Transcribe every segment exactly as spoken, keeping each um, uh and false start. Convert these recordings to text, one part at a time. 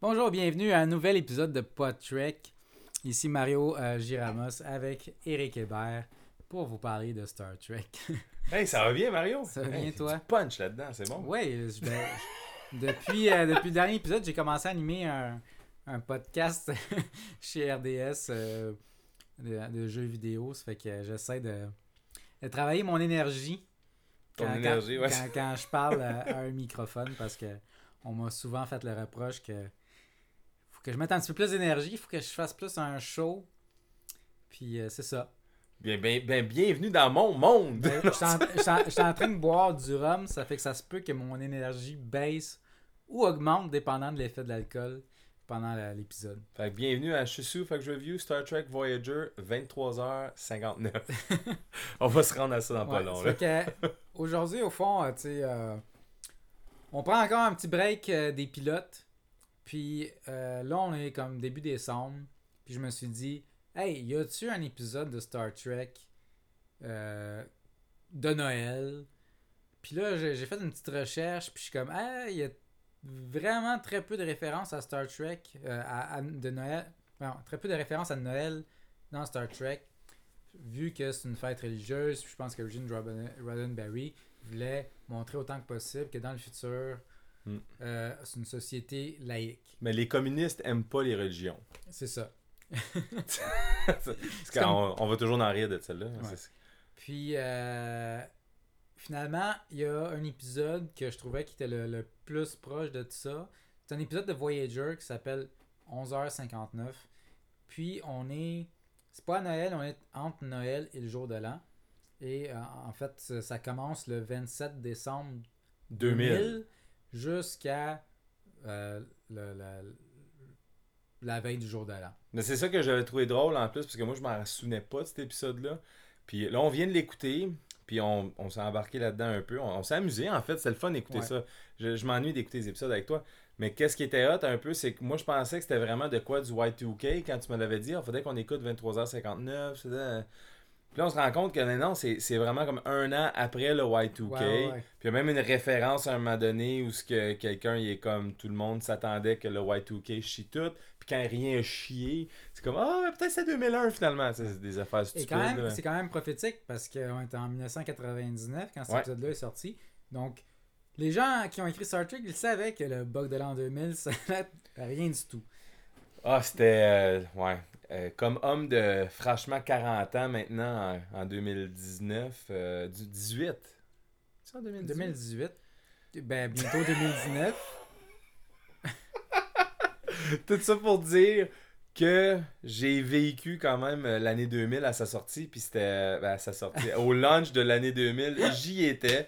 Bonjour, bienvenue à un nouvel épisode de Podtrek. Ici Mario euh, Giramos avec Éric Hébert pour vous parler de Star Trek. Hey, ça va bien, Mario? Ça va Hey, bien, du toi? punch là-dedans, c'est bon? Oui, depuis, euh, depuis le dernier épisode, j'ai commencé à animer un, un podcast chez R D S euh, de, de jeux vidéo. Ça fait que j'essaie de, de travailler mon énergie Ton quand, quand, énergie, ouais. quand, quand je parle à, à un microphone parce que on m'a souvent fait le reproche que faut que je mette un petit peu plus d'énergie, il faut que je fasse plus un show. Puis euh, c'est ça. Bien, bien, bien, bienvenue dans mon monde! Ben, je suis en, j'étais en- j'étais en train de boire du rhum, ça fait que ça se peut que mon énergie baisse ou augmente dépendant de l'effet de l'alcool pendant la- l'épisode. Fait que bienvenue à Shusu Fact Review Star Trek Voyager, vingt-trois heures cinquante-neuf. On va se rendre à ça dans pas Ouais, long, ça là. fait que aujourd'hui, au fond, euh, tu sais, euh, on prend encore un petit break euh, des pilotes. Puis euh, là, on est comme début décembre. Puis je me suis dit, hey, y a-tu un épisode de Star Trek euh, de Noël? Puis là, j'ai j'ai fait une petite recherche, puis je suis comme, ah, il y a vraiment très peu de références à Star Trek euh, à, à- de Noël. Non, très peu de références à Noël dans Star Trek, vu que c'est une fête religieuse. Puis je pense que Eugene Rodden- Roddenberry voulait montrer autant que possible que dans le futur, Hmm. euh, c'est une société laïque. Mais les communistes aiment pas les religions. C'est ça. Parce C'est comme- qu'on on va toujours en rire de celle-là. Ouais. C'est- Puis euh, finalement, il y a un épisode que je trouvais qui était le, le plus proche de tout ça. C'est un épisode de Voyager qui s'appelle onze heures cinquante-neuf. Puis on est. C'est pas à Noël, on est entre Noël et le jour de l'an. Et euh, en fait, ça, ça commence le vingt-sept décembre deux mille. jusqu'à euh, le- la, la veille du jour de l'an. Mais c'est ça que j'avais trouvé drôle en plus, parce que moi je m'en souvenais pas de cet épisode-là. Puis là, on vient de l'écouter, puis on, on s'est embarqué là-dedans un peu. On, on s'est amusé en fait, c'est le fun d'écouter Ouais. ça. Je, je m'ennuie d'écouter les épisodes avec toi. Mais qu'est-ce qui était hot un peu, c'est que moi je pensais que c'était vraiment de quoi du Y deux K quand tu me l'avais dit. Il faudrait qu'on écoute vingt-trois heures cinquante-neuf. c'était- Puis là, on se rend compte que non, non, c'est, c'est vraiment comme un an après le Y deux K. Ouais, ouais, ouais. Puis il y a même une référence à un moment donné où ce que quelqu'un, il est comme tout le monde s'attendait que le Y deux K chie tout. Puis quand rien a chié, c'est comme ah, peut-être c'est deux mille un finalement. Ça, c'est des affaires Et stupides. quand même, là. c'est quand même prophétique parce qu'on était en dix-neuf cent quatre-vingt-dix-neuf quand cet Ouais. épisode-là est sorti. Donc, les gens qui ont écrit Star Trek, ils savaient que le bug de l'an deux mille, ça n'allait rien du tout. Ah, c'était. euh, ouais. Euh, comme homme de franchement quarante ans maintenant, en, en deux mille dix-neuf, euh, du dix-huit. C'est en deux mille dix-huit? deux mille dix-huit, ben bientôt deux mille dix-neuf. Tout ça pour dire que j'ai vécu quand même euh, l'année deux mille à sa sortie, puis c'était euh, ben, à sa sortie. Au launch de l'année deux mille, j'y étais.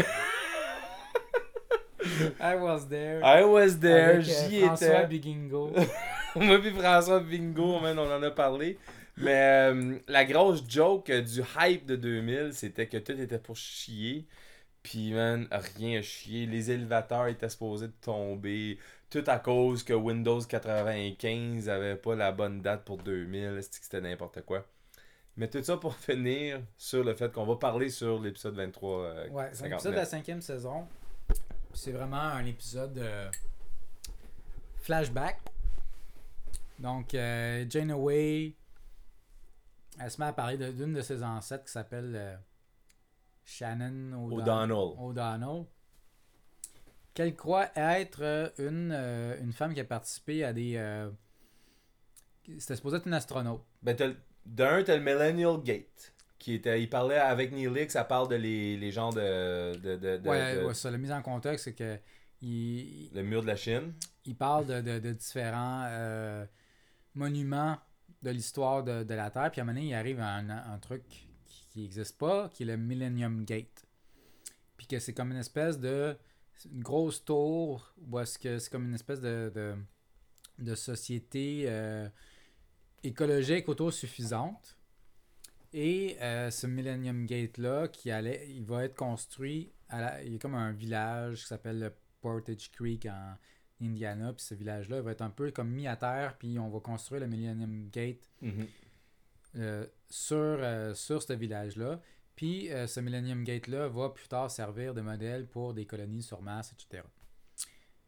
I was there. I was there, Avec, euh, j'y François étais. Bigingo. Moi puis François Bingo, man, on en a parlé. Mais euh, la grosse joke euh, du hype de deux mille, c'était que tout était pour chier. Puis, man, rien à chier. Les élévateurs étaient supposés de tomber. Tout à cause que Windows quatre-vingt-quinze avait pas la bonne date pour deux mille. C'est que c'était n'importe quoi. Mais tout ça pour finir sur le fait qu'on va parler sur l'épisode vingt-trois euh, Ouais, c'est un épisode de la cinquante-neuf. cinquième saison. C'est vraiment un épisode euh, flashback. Donc, euh, Janeway, elle se met à parler de- d'une de ses ancêtres qui s'appelle euh, Shannon O'Donnell. O'Donnell. O'Donnell, qu'elle croit être euh, une, euh, une femme qui a participé à des... euh, C'était supposé être une astronaute. Ben, t'as, d'un, t'as le Millennial Gate. Qui était, il parlait avec Neelix, ça parle de les, les gens de, de, de, de- ouais, de- ouais, ça, la mise en contexte, c'est que il, le mur de la Chine. il parle de, de, de différents euh, monuments de l'histoire de, de la Terre, puis à un moment donné, il arrive à un, un truc qui n'existe pas, qui est le Millennium Gate. Puis que c'est comme une espèce de... une grosse tour, où est-ce que c'est comme une espèce de, de, de société euh, écologique autosuffisante. Et euh, ce Millennium Gate-là, qui allait, il va être construit, à la, il y a comme un village qui s'appelle le Portage Creek en Indiana, puis ce village-là va être un peu comme mis à terre, puis on va construire le Millennium Gate Mhm. euh, sur, euh, sur ce village-là. Puis euh, ce Millennium Gate-là va plus tard servir de modèle pour des colonies sur Mars, et cetera.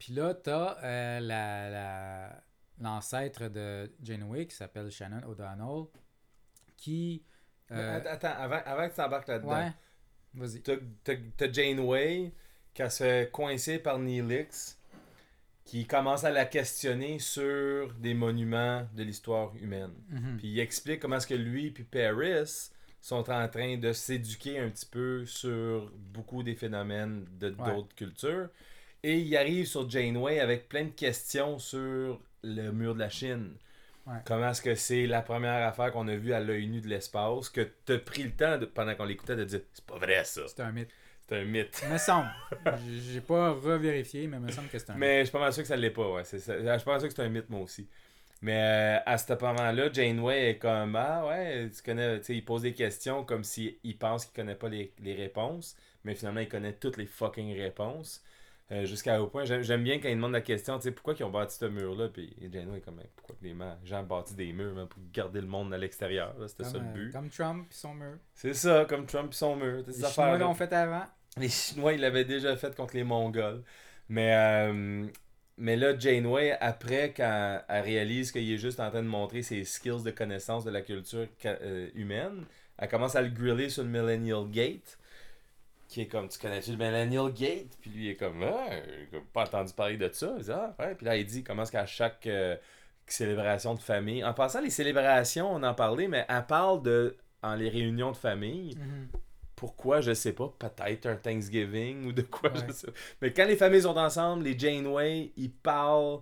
Puis là, t'as euh, la, la, l'ancêtre de Janeway qui s'appelle Shannon O'Donnell qui... euh, Attends, avant, avant que tu t'embarques là-dedans. ouais, vas-y. T'as, t'as, t'as Janeway qui se fait coincer par Neelix qui commence à la questionner sur des monuments de l'histoire humaine. Mhm. Puis il explique comment est-ce que lui et Paris sont en train de s'éduquer un petit peu sur beaucoup des phénomènes de Ouais. d'autres cultures. Et il arrive sur Janeway avec plein de questions sur le mur de la Chine. Ouais. Comment est-ce que c'est la première affaire qu'on a vue à l'œil nu de l'espace, que t'as pris le temps, de, pendant qu'on l'écoutait, de dire « C'est pas vrai ça, C'est un mythe. c'est un mythe. » Il me semble. J'ai j'ai pas revérifié, mais il me semble que c'est un mythe. Mais je suis pas mal sûr que ça l'est pas, ouais. C'est ça. Je suis pas mal sûr que c'est un mythe, moi aussi. Mais euh, à ce moment-là, Janeway est comme ah ouais, tu connais, tu sais, il pose des questions comme s'il pense qu'il connaît pas les, les réponses, mais finalement il connaît toutes les fucking réponses. Euh, jusqu'à au point, j'aime, j'aime bien quand il demande la question, tu sais, pourquoi ils ont bâti ce mur-là, puis Janeway est comme pourquoi que les gens bâtissent des murs hein, pour garder le monde à l'extérieur, là, c'était comme, ça le euh, but. comme Trump et son mur. C'est ça, comme Trump et son mur. Les Ces Chinois affaires-là. l'ont fait avant. Les Chinois, ils l'avaient déjà fait contre les Mongols. Mais, euh, mais là, Janeway, après, quand elle réalise qu'il est juste en train de montrer ses skills de connaissance de la culture euh, humaine, elle commence à le griller sur le Millennial Gate. Qui est comme, tu connais-tu le Millennial Gate? Puis lui, il est comme, ah, j'ai pas entendu parler de ça. Il dit, ah, ouais. Puis là, il dit comment est-ce qu'à chaque euh, célébration de famille. En passant, les célébrations, on en parlait, mais elle parle de, en les réunions de famille. Mm-hmm. Pourquoi, je sais pas. Peut-être un Thanksgiving ou de quoi, Ouais. je sais pas. Mais quand les familles sont ensemble, les Janeway, ils parlent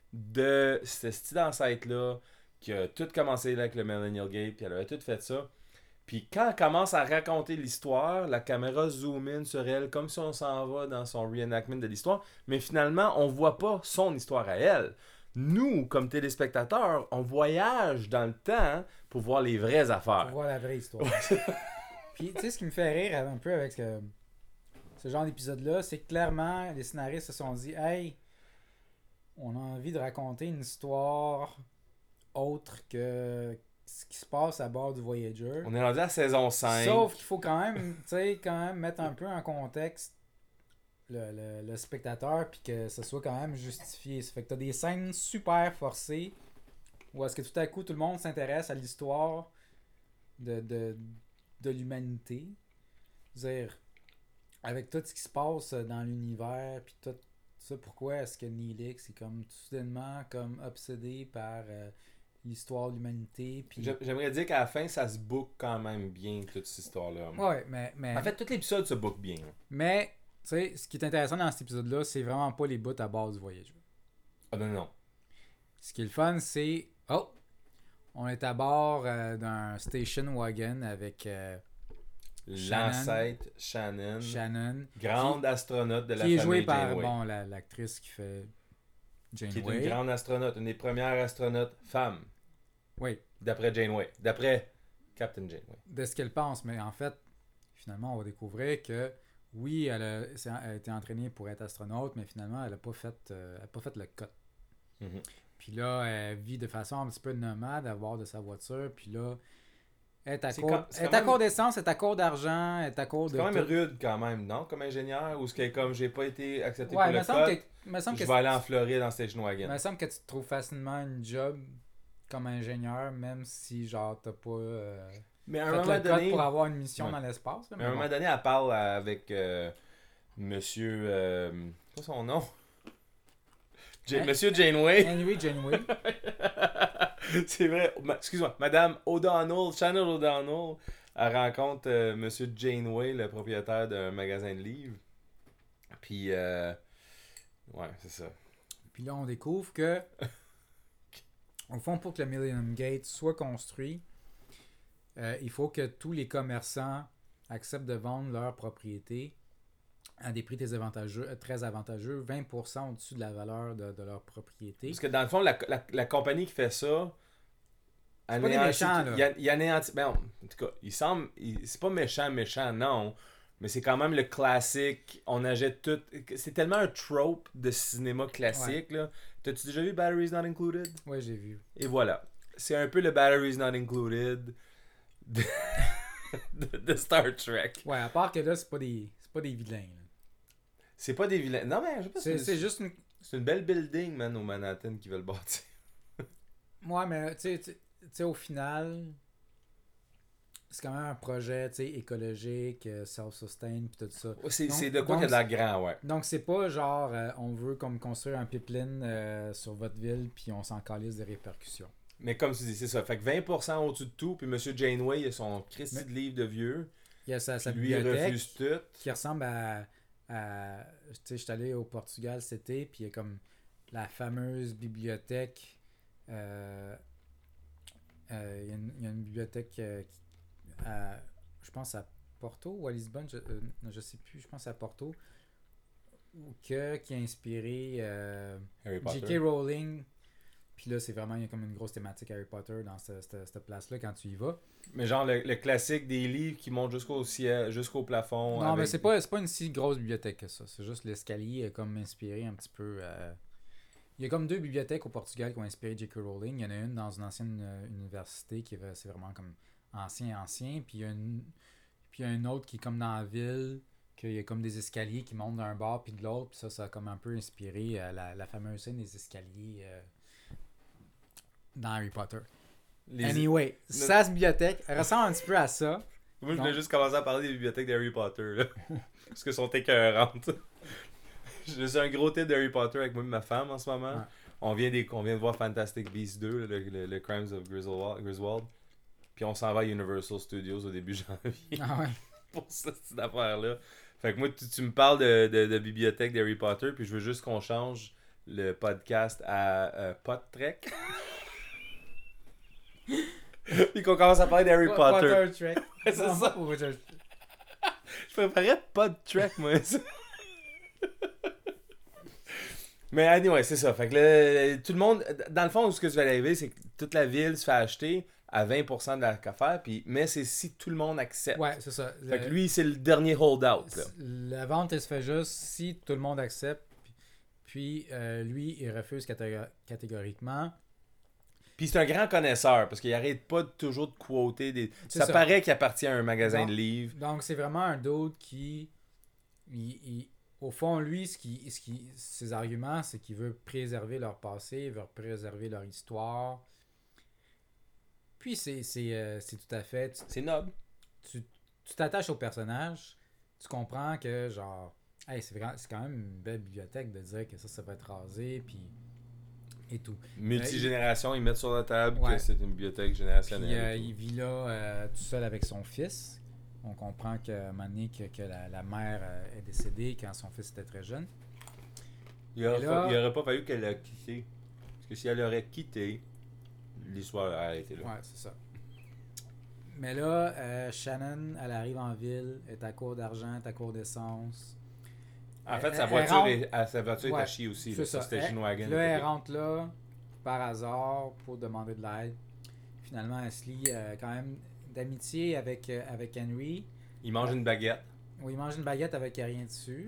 de ce style d'ancêtre-là, qui a tout commencé là avec le Millennial Gate, puis elle avait tout fait ça. Puis quand elle commence à raconter l'histoire, la caméra zoom in sur elle, comme si on s'en va dans son reenactment de l'histoire, mais finalement, on voit pas son histoire à elle. Nous, comme téléspectateurs, on voyage dans le temps pour voir les vraies affaires. Pour voir la vraie histoire. Puis, tu sais, ce qui me fait rire un peu avec ce, ce genre d'épisode-là, c'est que clairement, les scénaristes se sont dit « Hey, on a envie de raconter une histoire autre que ce qui se passe à bord du Voyager. » On est rendu à saison cinq. Sauf qu'il faut quand même, tu sais, quand même mettre un peu en contexte le, le, le spectateur puis que ce soit quand même justifié. Ça fait que t'as des scènes super forcées où est-ce que tout à coup tout le monde s'intéresse à l'histoire de, de, de l'humanité. Je veux dire, avec tout ce qui se passe dans l'univers puis tout ça, pourquoi est-ce que Neelix est comme tout soudainement comme obsédé par euh, l'histoire de l'humanité. Puis... J'aimerais dire qu'à la fin, ça se book quand même bien, toute cette histoire-là. Ouais, mais, mais... En fait, tout l'épisode se book bien. Mais, tu sais, ce qui est intéressant dans cet épisode-là, c'est vraiment pas les bouts à base du Voyager. Ah non, non. Ce qui est le fun, c'est... Oh! On est à bord euh, d'un station wagon avec euh, l'ancêtre Shannon, Shannon, grande qui, astronaute de la qui famille est jouée par Janeway. bon, la, l'actrice qui fait Janeway. Qui est une grande astronaute, une des premières astronautes femmes. Oui. D'après Janeway. D'après Captain Janeway. De ce qu'elle pense, mais en fait, finalement, on va découvrir que oui, elle a, elle a été entraînée pour être astronaute, mais finalement, elle n'a pas fait, euh, elle a pas fait le cut. Mm-hmm. Puis là, elle vit de façon un petit peu nomade à bord de sa voiture. Puis là, elle est à court, quand, elle est à même... court d'essence, elle est à court d'argent, elle est à court de. C'est quand même tout. rude quand même, non? Comme ingénieur, ou ce que comme j'ai pas été accepté ouais, pour le cut, que, me semble je que vais aller en Floride dans Station Wagon. Il me semble que tu te trouves facilement une job comme ingénieur, même si genre t'as pas euh, mais à un fait moment le donné, code pour avoir une mission ouais. dans l'espace. Là, mais à un bon. moment donné, elle parle avec euh, Monsieur... Euh, quoi son nom? J- hein? Monsieur Janeway. Anyway, Janeway. C'est vrai. Excuse-moi. Madame O'Donnell, Shannon O'Donnell, elle rencontre euh, Monsieur Janeway, le propriétaire d'un magasin de livres. Puis, euh, ouais, c'est ça. Puis là, on découvre que, au fond, pour que le Millennium Gate soit construit, euh, il faut que tous les commerçants acceptent de vendre leurs propriétés à des prix très avantageux, très avantageux, vingt pour cent au-dessus de la valeur de, de leur propriété. Parce que dans le fond, la, la, la compagnie qui fait ça, c'est pas des méchants, là. Il y a anéanti... Ben, en tout cas, il semble... Il, c'est pas méchant, méchant, non. Mais c'est quand même le classique. On achète tout... C'est tellement un trope de cinéma classique, ouais. Là. T'as-tu déjà vu Batteries Not Included? Oui, j'ai vu. Et voilà. C'est un peu le Batteries Not Included de, de, de Star Trek. Ouais, à part que là, c'est pas des, c'est pas des vilains, là. C'est pas des vilains. Non, mais je sais pas c'est, c'est juste une, C'est une belle building, man, au Manhattan qui veulent bâtir. Ouais, mais tu sais, tu sais, au final, c'est quand même un projet, tu sais, écologique, euh, self-sustain, puis tout ça. C'est, Donc- c'est de quoi donc, qu'il y a de la grand, ouais. Donc, c'est pas genre, euh, on veut comme construire un pipeline euh, sur votre ville, puis on s'en calisse des répercussions. Mais comme tu dis, c'est ça. Fait que vingt pour cent au-dessus de tout, puis M. Janeway, il a son Christy Mais- de livre de vieux. Il y a sa, sa Puis lui, il bibliothèque refuse tout. qui ressemble à... à tu sais, je suis allé au Portugal cet été, puis il y a comme la fameuse bibliothèque... euh, euh, il, y a une, il y a une bibliothèque euh, qui- à, je pense à Porto ou à Lisbonne, je, euh, je sais plus, je pense à Porto, ou que, qui a inspiré euh, Harry J K Potter. Rowling. Puis là, c'est vraiment, il y a comme une grosse thématique Harry Potter dans ce- cette, cette place-là quand tu y vas. Mais genre le, le classique des livres qui montent jusqu'au ciel, jusqu'au plafond. Non, avec- mais c'est pas, c'est pas une si grosse bibliothèque que ça. C'est juste l'escalier est comme inspiré un petit peu. euh, Il y a comme deux bibliothèques au Portugal qui ont inspiré J K Rowling. Il y en a une dans une ancienne euh, université qui est c'est vraiment comme ancien, ancien. Puis il y a une, puis il y a une autre qui est comme dans la ville, qu'il y a comme des escaliers qui montent d'un bord puis de l'autre. Puis ça, ça a comme un peu inspiré euh, la, la fameuse scène des escaliers euh, dans Harry Potter. les- Anyway, sa bibliothèque ressemble un petit peu à ça. Moi, je Non. voulais juste commencer à parler des bibliothèques d'Harry Potter, là. Parce qu'elles sont écœurantes. Je suis un gros tête d'Harry Potter avec moi et ma femme en ce moment. Ouais. On, vient des, on vient de voir Fantastic Beasts deux, le, le- le Crimes of Griswold. Griswold. Puis on s'en va à Universal Studios au début janvier Ah ouais. pour cette petite affaire-là. Fait que moi, tu, tu me parles de, de, de bibliothèque d'Harry Potter, puis je veux juste qu'on change le podcast à euh, Podtrek. Puis qu'on commence à parler d'Harry Potter. Potter Trek. C'est Non, ça. pas Potter- Je préparais pas de track, moi. ça. Mais anyway, c'est ça. Fait que là, tout le monde, dans le fond, ce que tu vas arriver, c'est que toute la ville se fait acheter à vingt pour cent de la affaire, puis, mais c'est si tout le monde accepte. Ouais, c'est ça. Fait que Le- lui, c'est le dernier holdout. Là. La vente, elle se fait juste si tout le monde accepte. Puis, puis, euh, lui, il refuse catég- catégoriquement. Puis c'est un grand connaisseur, parce qu'il arrête pas de, toujours de quoter des... C'est Ça, ça. paraît qu'il appartient à un magasin Non. de livres. Donc, c'est vraiment un dude qui. il- il- au fond, lui, ce qui, ce qui, ses arguments, c'est qu'il veut préserver leur passé, il veut préserver leur histoire. Puis, c'est c'est, euh, c'est tout à fait. Tu- C'est noble. tu tu t'attaches au personnage, tu comprends que, genre, hey, c'est vraiment- c'est quand même une belle bibliothèque de dire que ça, ça va être rasé, puis. Et tout. Multigénération, ils mettent sur la table Ouais. que c'est une bibliothèque Puis générationnelle. euh, et tout. il vit là euh, tout seul avec son fils. On comprend qu'à un moment donné, que, que la, la mère euh, est décédée quand son fils était très jeune. Il aurait, Et là- fa- il aurait pas fallu qu'elle l'ait quitté. Parce que si elle aurait quitté, l'histoire aurait arrêté là. Ouais, c'est ça. Mais là, euh, Shannon, elle arrive en ville, est à court d'argent, est à court d'essence. En fait, Elle- sa elle voiture, rentre- est, à- sa voiture est Ouais, à chier aussi. c'est Là. Ça, ça. c'était Elle- Ginwagon. Là, elle rentre là, par hasard, pour demander de l'aide. Finalement, elle se lie euh, quand même d'amitié avec, euh, avec Henry. Il mange une baguette. Où il mange une baguette avec rien dessus.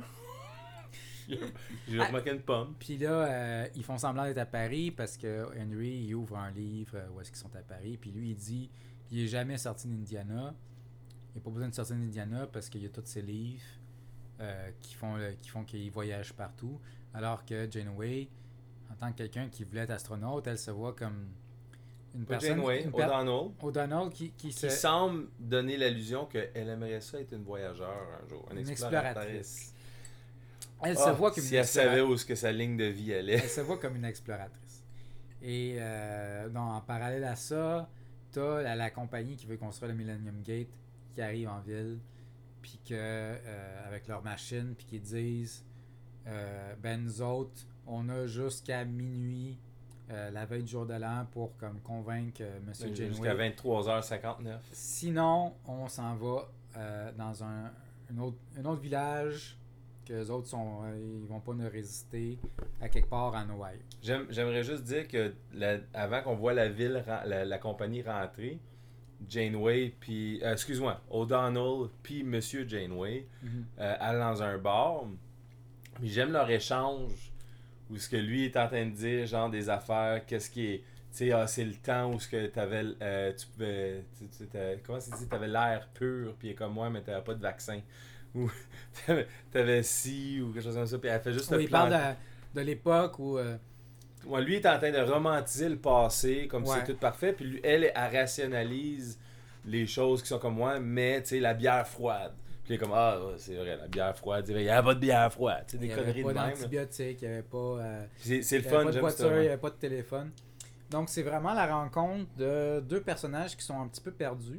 J'ai Ah. remarqué une pomme. Puis là, euh, ils font semblant d'être à Paris parce que Henry, il ouvre un livre euh, où est-ce qu'ils sont à Paris. Puis lui, il dit qu'il n'est jamais sorti d'Indiana. Il n'a pas besoin de sortir d'Indiana parce qu'il y a tous ces livres euh, qui font le- qui font qu'il voyage partout. Alors que Janeway, en tant que quelqu'un qui voulait être astronaute, elle se voit comme une Pas personne... Janeway, une per- O'Donnell, O'Donnell qui, qui, qui se... semble donner l'allusion qu'elle aimerait ça être une voyageure un jour. Une, Une exploratrice. exploratrice. Elle Ah, se voit comme si une elle savait exploratrice. où est-ce que sa ligne de vie allait. Elle se voit comme une exploratrice. Et euh, non, en parallèle à ça, t'as la, la compagnie qui veut construire le Millennium Gate qui arrive en ville, puis que euh, avec leurs machines, puis qu'ils disent euh, ben nous autres, on a jusqu'à minuit euh, la veille du jour de l'an pour comme convaincre euh, Monsieur Jusqu'à Janeway. vingt-trois heures cinquante-neuf. Sinon, on s'en va euh, dans un, un, autre, un autre village que les autres sont, euh, ils vont pas nous résister à quelque part en Ohio. J'aime- J'aimerais juste dire que la- avant qu'on voit la ville, ren- la, la compagnie rentrer, Janeway, puis. euh, excuse-moi, O'Donnell, puis Monsieur Janeway, euh, allent dans un bar. Puis j'aime leur échange où ce que lui est en train de dire, genre des affaires, qu'est-ce qui est. Tu sais, ah, c'est le temps où ce que t'avais. Euh, tu pouvais. tu- tu- t'avais- comment c'est dit? T'avais l'air pur, puis il est comme moi, mais t'avais pas de vaccin. Ou t'avais, t'avais ci, ou quelque chose comme ça, puis elle fait juste Oui, le il parle plan. de de l'époque où... Euh, ouais, lui est en train de romantiser le passé, comme Ouais. si c'est tout parfait, puis lui, elle, elle rationalise les choses qui sont comme moi, mais, tu sais, la bière froide. Puis il est comme, ah, ouais, c'est vrai, la bière froide, il n'y a pas de bière froide, tu sais, il des n'y avait conneries pas de même. là. d'antibiotiques, il n'y avait pas... euh, C'est c'est il le n'y avait fun, pas de j'aime voiture, ça. il n'y ouais. avait pas de téléphone. Donc, c'est vraiment la rencontre de deux personnages qui sont un petit peu perdus.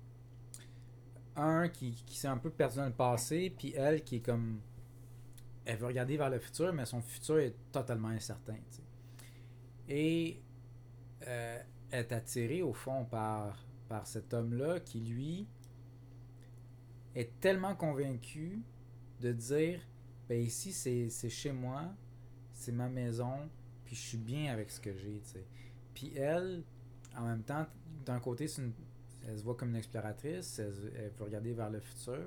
Un qui, qui s'est un peu perdu dans le passé, puis elle qui est comme... Elle veut regarder vers le futur, mais son futur est totalement incertain. Tu sais. Et euh, elle est attirée, au fond, par, par cet homme-là qui, lui, est tellement convaincu de dire ben ici, c'est, c'est chez moi, c'est ma maison, puis je suis bien avec ce que j'ai. Tu sais. Puis elle, en même temps, d'un côté, c'est une, elle se voit comme une exploratrice, elle, elle veut regarder vers le futur,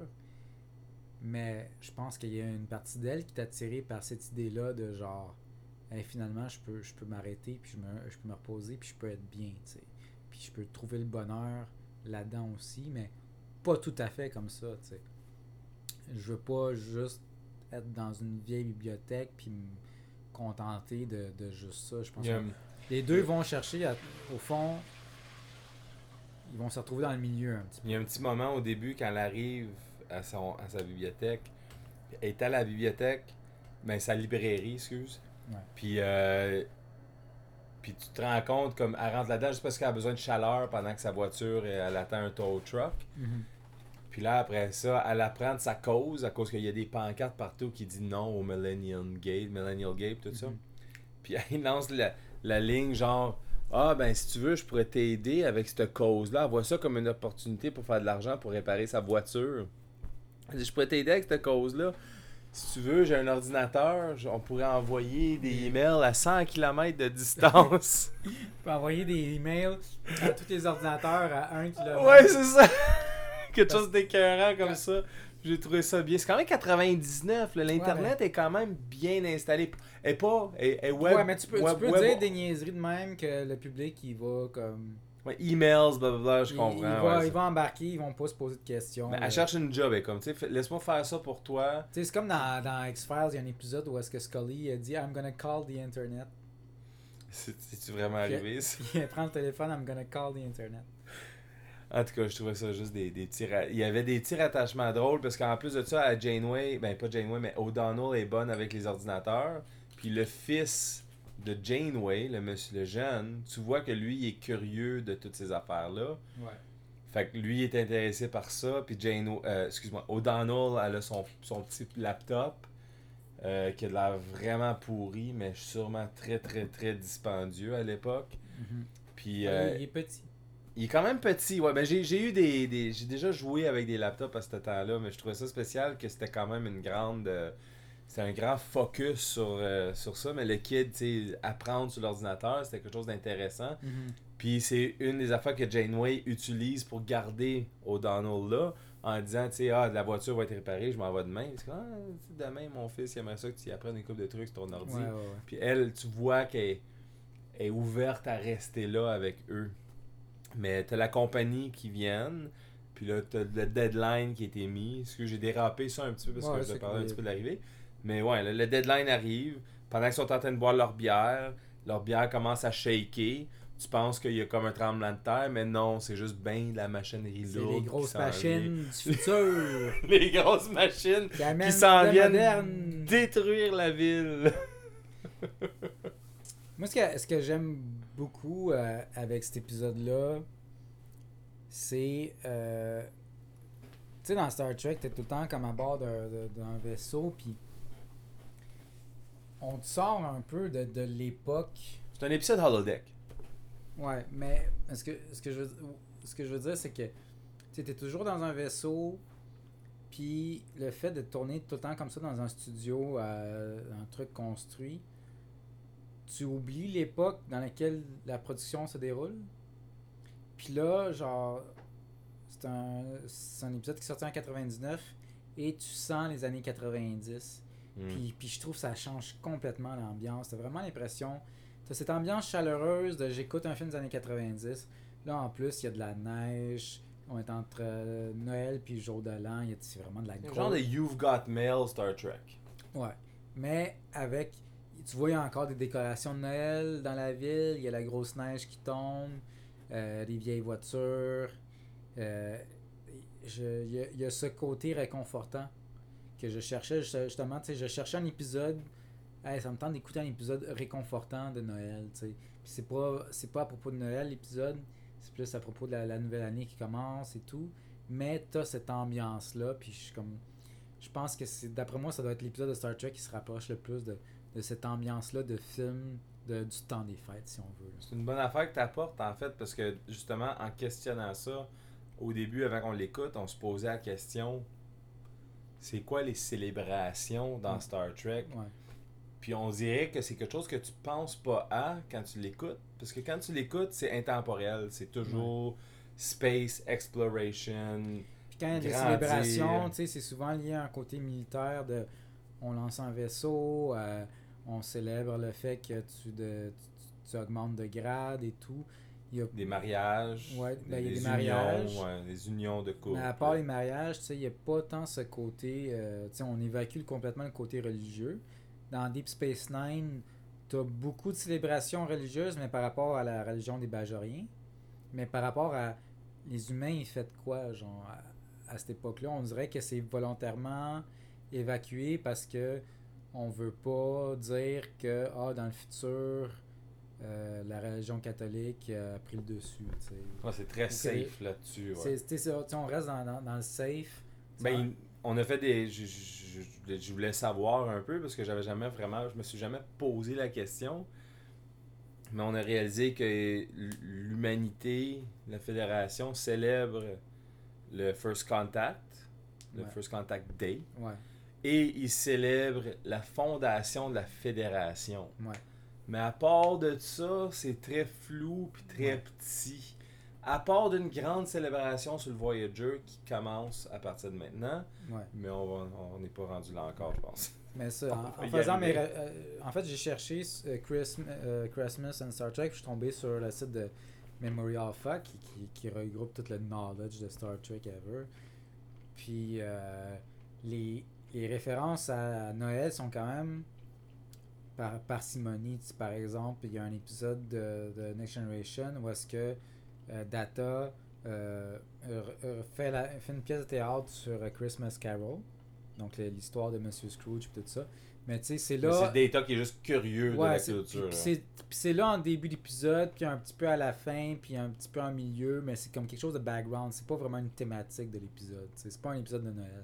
mais je pense qu'il y a une partie d'elle qui est attirée par cette idée-là de genre, hey, finalement, je peux, je peux m'arrêter, puis je, me, je peux me reposer, puis je peux être bien, tu sais. Puis je peux trouver le bonheur là-dedans aussi, mais pas tout à fait comme ça, tu sais. Je veux pas juste être dans une vieille bibliothèque, puis me contenter de, de juste ça. Je pense Il y a que un- les deux vont chercher, à- au fond, ils vont se retrouver dans le milieu un petit peu. Il y a un petit moment au début quand elle arrive à, son, à sa bibliothèque. Elle est à la bibliothèque, ben sa librairie, excuse. Ouais. Puis, euh, puis tu te rends compte comme elle rentre là-dedans juste parce qu'elle a besoin de chaleur pendant que sa voiture elle attend un tow truck. Mhm. Puis là après ça, elle apprend de sa cause à cause qu'il y a des pancartes partout qui disent non au Millennial Gate, Millennial Gate, tout ça. Mhm. Puis elle lance la, la ligne genre ah ben si tu veux, je pourrais t'aider avec cette cause-là. Elle voit ça comme une opportunité pour faire de l'argent pour réparer sa voiture. Elle dit, je pourrais t'aider avec cette cause-là. Si tu veux, j'ai un ordinateur, on pourrait envoyer des emails à cent kilomètres de distance. Tu peux envoyer des emails à tous les ordinateurs à un kilomètre. Ouais, c'est ça. Quelque chose d'écœurant comme ça. J'ai trouvé ça bien. C'est quand même quatre-vingt-dix-neuf. Là. L'Internet Ouais, mais... est quand même bien installé. Et pas. Et, et web, ouais, mais tu peux, web, tu peux web, dire des niaiseries de même que le public, il va comme... Ouais, emails, blablabla, je il, comprends. il, ouais, va, ça. il va embarquer, ils vont pas se poser de questions. Mais là. elle cherche une job, elle est comme, tu sais, laisse-moi faire ça pour toi. Tu sais, c'est comme dans, dans X-Files, il y a un épisode où est-ce que Scully a dit « I'm gonna call the Internet C'est- C'est-tu vraiment ». arrivé, ça? Puis il prend le téléphone « I'm gonna call the Internet ». En tout cas, je trouvais ça juste des, des petits... ra- Il y avait des petits rattachements drôles, parce qu'en plus de ça, à Janeway, ben pas Janeway, mais O'Donnell est bonne avec les ordinateurs. Puis le fils de Janeway, le monsieur le jeune, tu vois que lui, il est curieux de toutes ces affaires-là. Ouais. Fait que lui, il est intéressé par ça. Puis Janeway, euh, excuse-moi, O'Donnell, elle a son, son petit laptop, euh, qui a l'air vraiment pourri, mais sûrement très, très, très dispendieux à l'époque. Mhm. Puis... Ouais, euh, il est petit. il est quand même petit, ouais. Ben j'ai, j'ai eu des, des. J'ai déjà joué avec des laptops à ce temps-là, mais je trouvais ça spécial que c'était quand même une grande. Euh, c'était un grand focus sur, euh, sur ça, mais le kid, tu sais, apprendre sur l'ordinateur, c'était quelque chose d'intéressant. Mhm. Puis c'est une des affaires que Janeway utilise pour garder O'Donnell là, en disant, tu sais, ah, la voiture va être réparée, je m'en vais demain. Parce que, ah, tu sais, demain, mon fils, il aimerait ça que tu y apprennes une couple de trucs sur ton ordi. Ouais, ouais, ouais. Puis elle, tu vois qu'elle est ouverte à rester là avec eux. Mais t'as la compagnie qui vienne, puis là t'as le deadline qui a été mis. Est-ce que j'ai dérapé ça un petit peu parce Ouais, que je c'est vais parler cool. un petit peu de l'arrivée. Mais ouais, le, le deadline arrive. Pendant qu'ils sont en train de boire leur bière, leur bière commence à shaker. Tu penses qu'il y a comme un tremblement de terre, mais non, c'est juste ben de la machinerie C'est lourde. les qui grosses s'en machines du futur. vient. Les grosses machines Qui amènent qui s'en le viennent moderne. détruire la ville. Moi, ce que, ce que j'aime beaucoup euh, avec cet épisode-là, c'est... Euh, tu sais, dans Star Trek, t'es tout le temps comme à bord d'un, d'un vaisseau, puis on te sort un peu de, de l'époque. C'est un épisode holodeck. Ouais, mais ce que, ce que, je, veux, ce que je veux dire, c'est que tu es toujours dans un vaisseau, puis le fait de tourner tout le temps comme ça dans un studio, euh, un truc construit, tu oublies l'époque dans laquelle la production se déroule. Puis là, genre, c'est un, c'est un épisode qui est sorti en quatre-vingt-dix-neuf et tu sens les années quatre-vingt-dix. Mm. Puis, puis je trouve que ça change complètement l'ambiance. T'as vraiment l'impression... T'as cette ambiance chaleureuse de j'écoute un film des années quatre-vingt-dix. Là, en plus, il y a de la neige. On est entre euh, Noël puis le jour de l'an. Il y a c'est vraiment de la Un grosse... genre de You've Got Mail Star Trek. Ouais. Mais avec... tu vois, il y a encore des décorations de Noël dans la ville. Il y a la grosse neige qui tombe, euh, des vieilles voitures. Euh, je- Il y, a- il y a ce côté réconfortant que je cherchais justement. Tu sais, je cherchais un épisode. Hey, ça me tente d'écouter un épisode réconfortant de Noël. Tu sais. Puis c'est pas, c'est pas à propos de Noël l'épisode. C'est plus à propos de la, la nouvelle année qui commence et tout. Mais t'as cette ambiance-là. Puis je suis comme. Je pense que c'est. D'après moi, ça doit être l'épisode de Star Trek qui se rapproche le plus de, de cette ambiance-là de film de, du temps des fêtes, si on veut. C'est une bonne affaire que tu apportes, en fait, parce que justement, en questionnant ça, au début, avant qu'on l'écoute, on se posait la question c'est quoi les célébrations dans Ouais. Star Trek? Ouais. Puis on dirait que c'est quelque chose que tu penses pas à quand tu l'écoutes. Parce que quand tu l'écoutes, c'est intemporel. C'est toujours space exploration. Puis quand il y a des Grandir. célébrations, tu sais, c'est souvent lié à un côté militaire de on lance un vaisseau, euh, on célèbre le fait que tu, de, tu, tu augmentes de grade et tout. Il y a, Des mariages. Ouais, des, ben, il y a des unions, mariages. ouais, des unions de couple. Mais à part les mariages, tu sais, il n'y a pas tant ce côté. Euh, tu sais, on évacue complètement le côté religieux. Dans Deep Space Nine, tu as beaucoup de célébrations religieuses, mais par rapport à la religion des Bajoriens. Mais par rapport à les humains, ils font quoi, genre, à, à cette époque-là, on dirait que c'est volontairement évacué parce que on veut pas dire que, ah, dans le futur, euh, la religion catholique a pris le dessus, tu sais. Ouais, c'est très Ok. safe là-dessus. Ouais. C'est, tu sais, on reste dans, dans, dans le safe. Ben, on a fait des. Je, je, je, je voulais savoir un peu parce que j'avais jamais vraiment. Je me suis jamais posé la question. Mais on a réalisé que l'humanité, la Fédération, célèbre le First Contact, le Ouais. First Contact Day, Ouais, et ils célèbrent la fondation de la Fédération. ouais. Mais à part de ça, c'est très flou puis très Ouais. petit. À part d'une grande célébration sur le Voyager qui commence à partir de maintenant, Ouais. mais on va- on n'est pas rendu là encore, je pense. Mais ça, On en, va en y faisant mes. arriver. euh, en fait, j'ai cherché euh, Christmas, euh, Christmas and Star Trek, puis je suis tombé sur le site de Memory Alpha qui, qui, qui regroupe tout le knowledge de Star Trek ever. Puis euh, les, les références à Noël sont quand même par parcimonie. Tu sais, par exemple, il y a un épisode de, de Next Generation où est-ce que euh, Data euh, re- fait, la, fait une pièce de théâtre sur A Christmas Carol. Donc le- l'histoire de Monsieur Scrooge et tout ça. Mais tu sais, c'est Mais là. c'est Data qui est juste curieux de Ouais, la c'est- culture. puis là. c'est, puis c'est là en début d'épisode, puis un petit peu à la fin, puis un petit peu en milieu, mais c'est comme quelque chose de background. C'est pas vraiment une thématique de l'épisode. tu sais, C'est pas un épisode de Noël.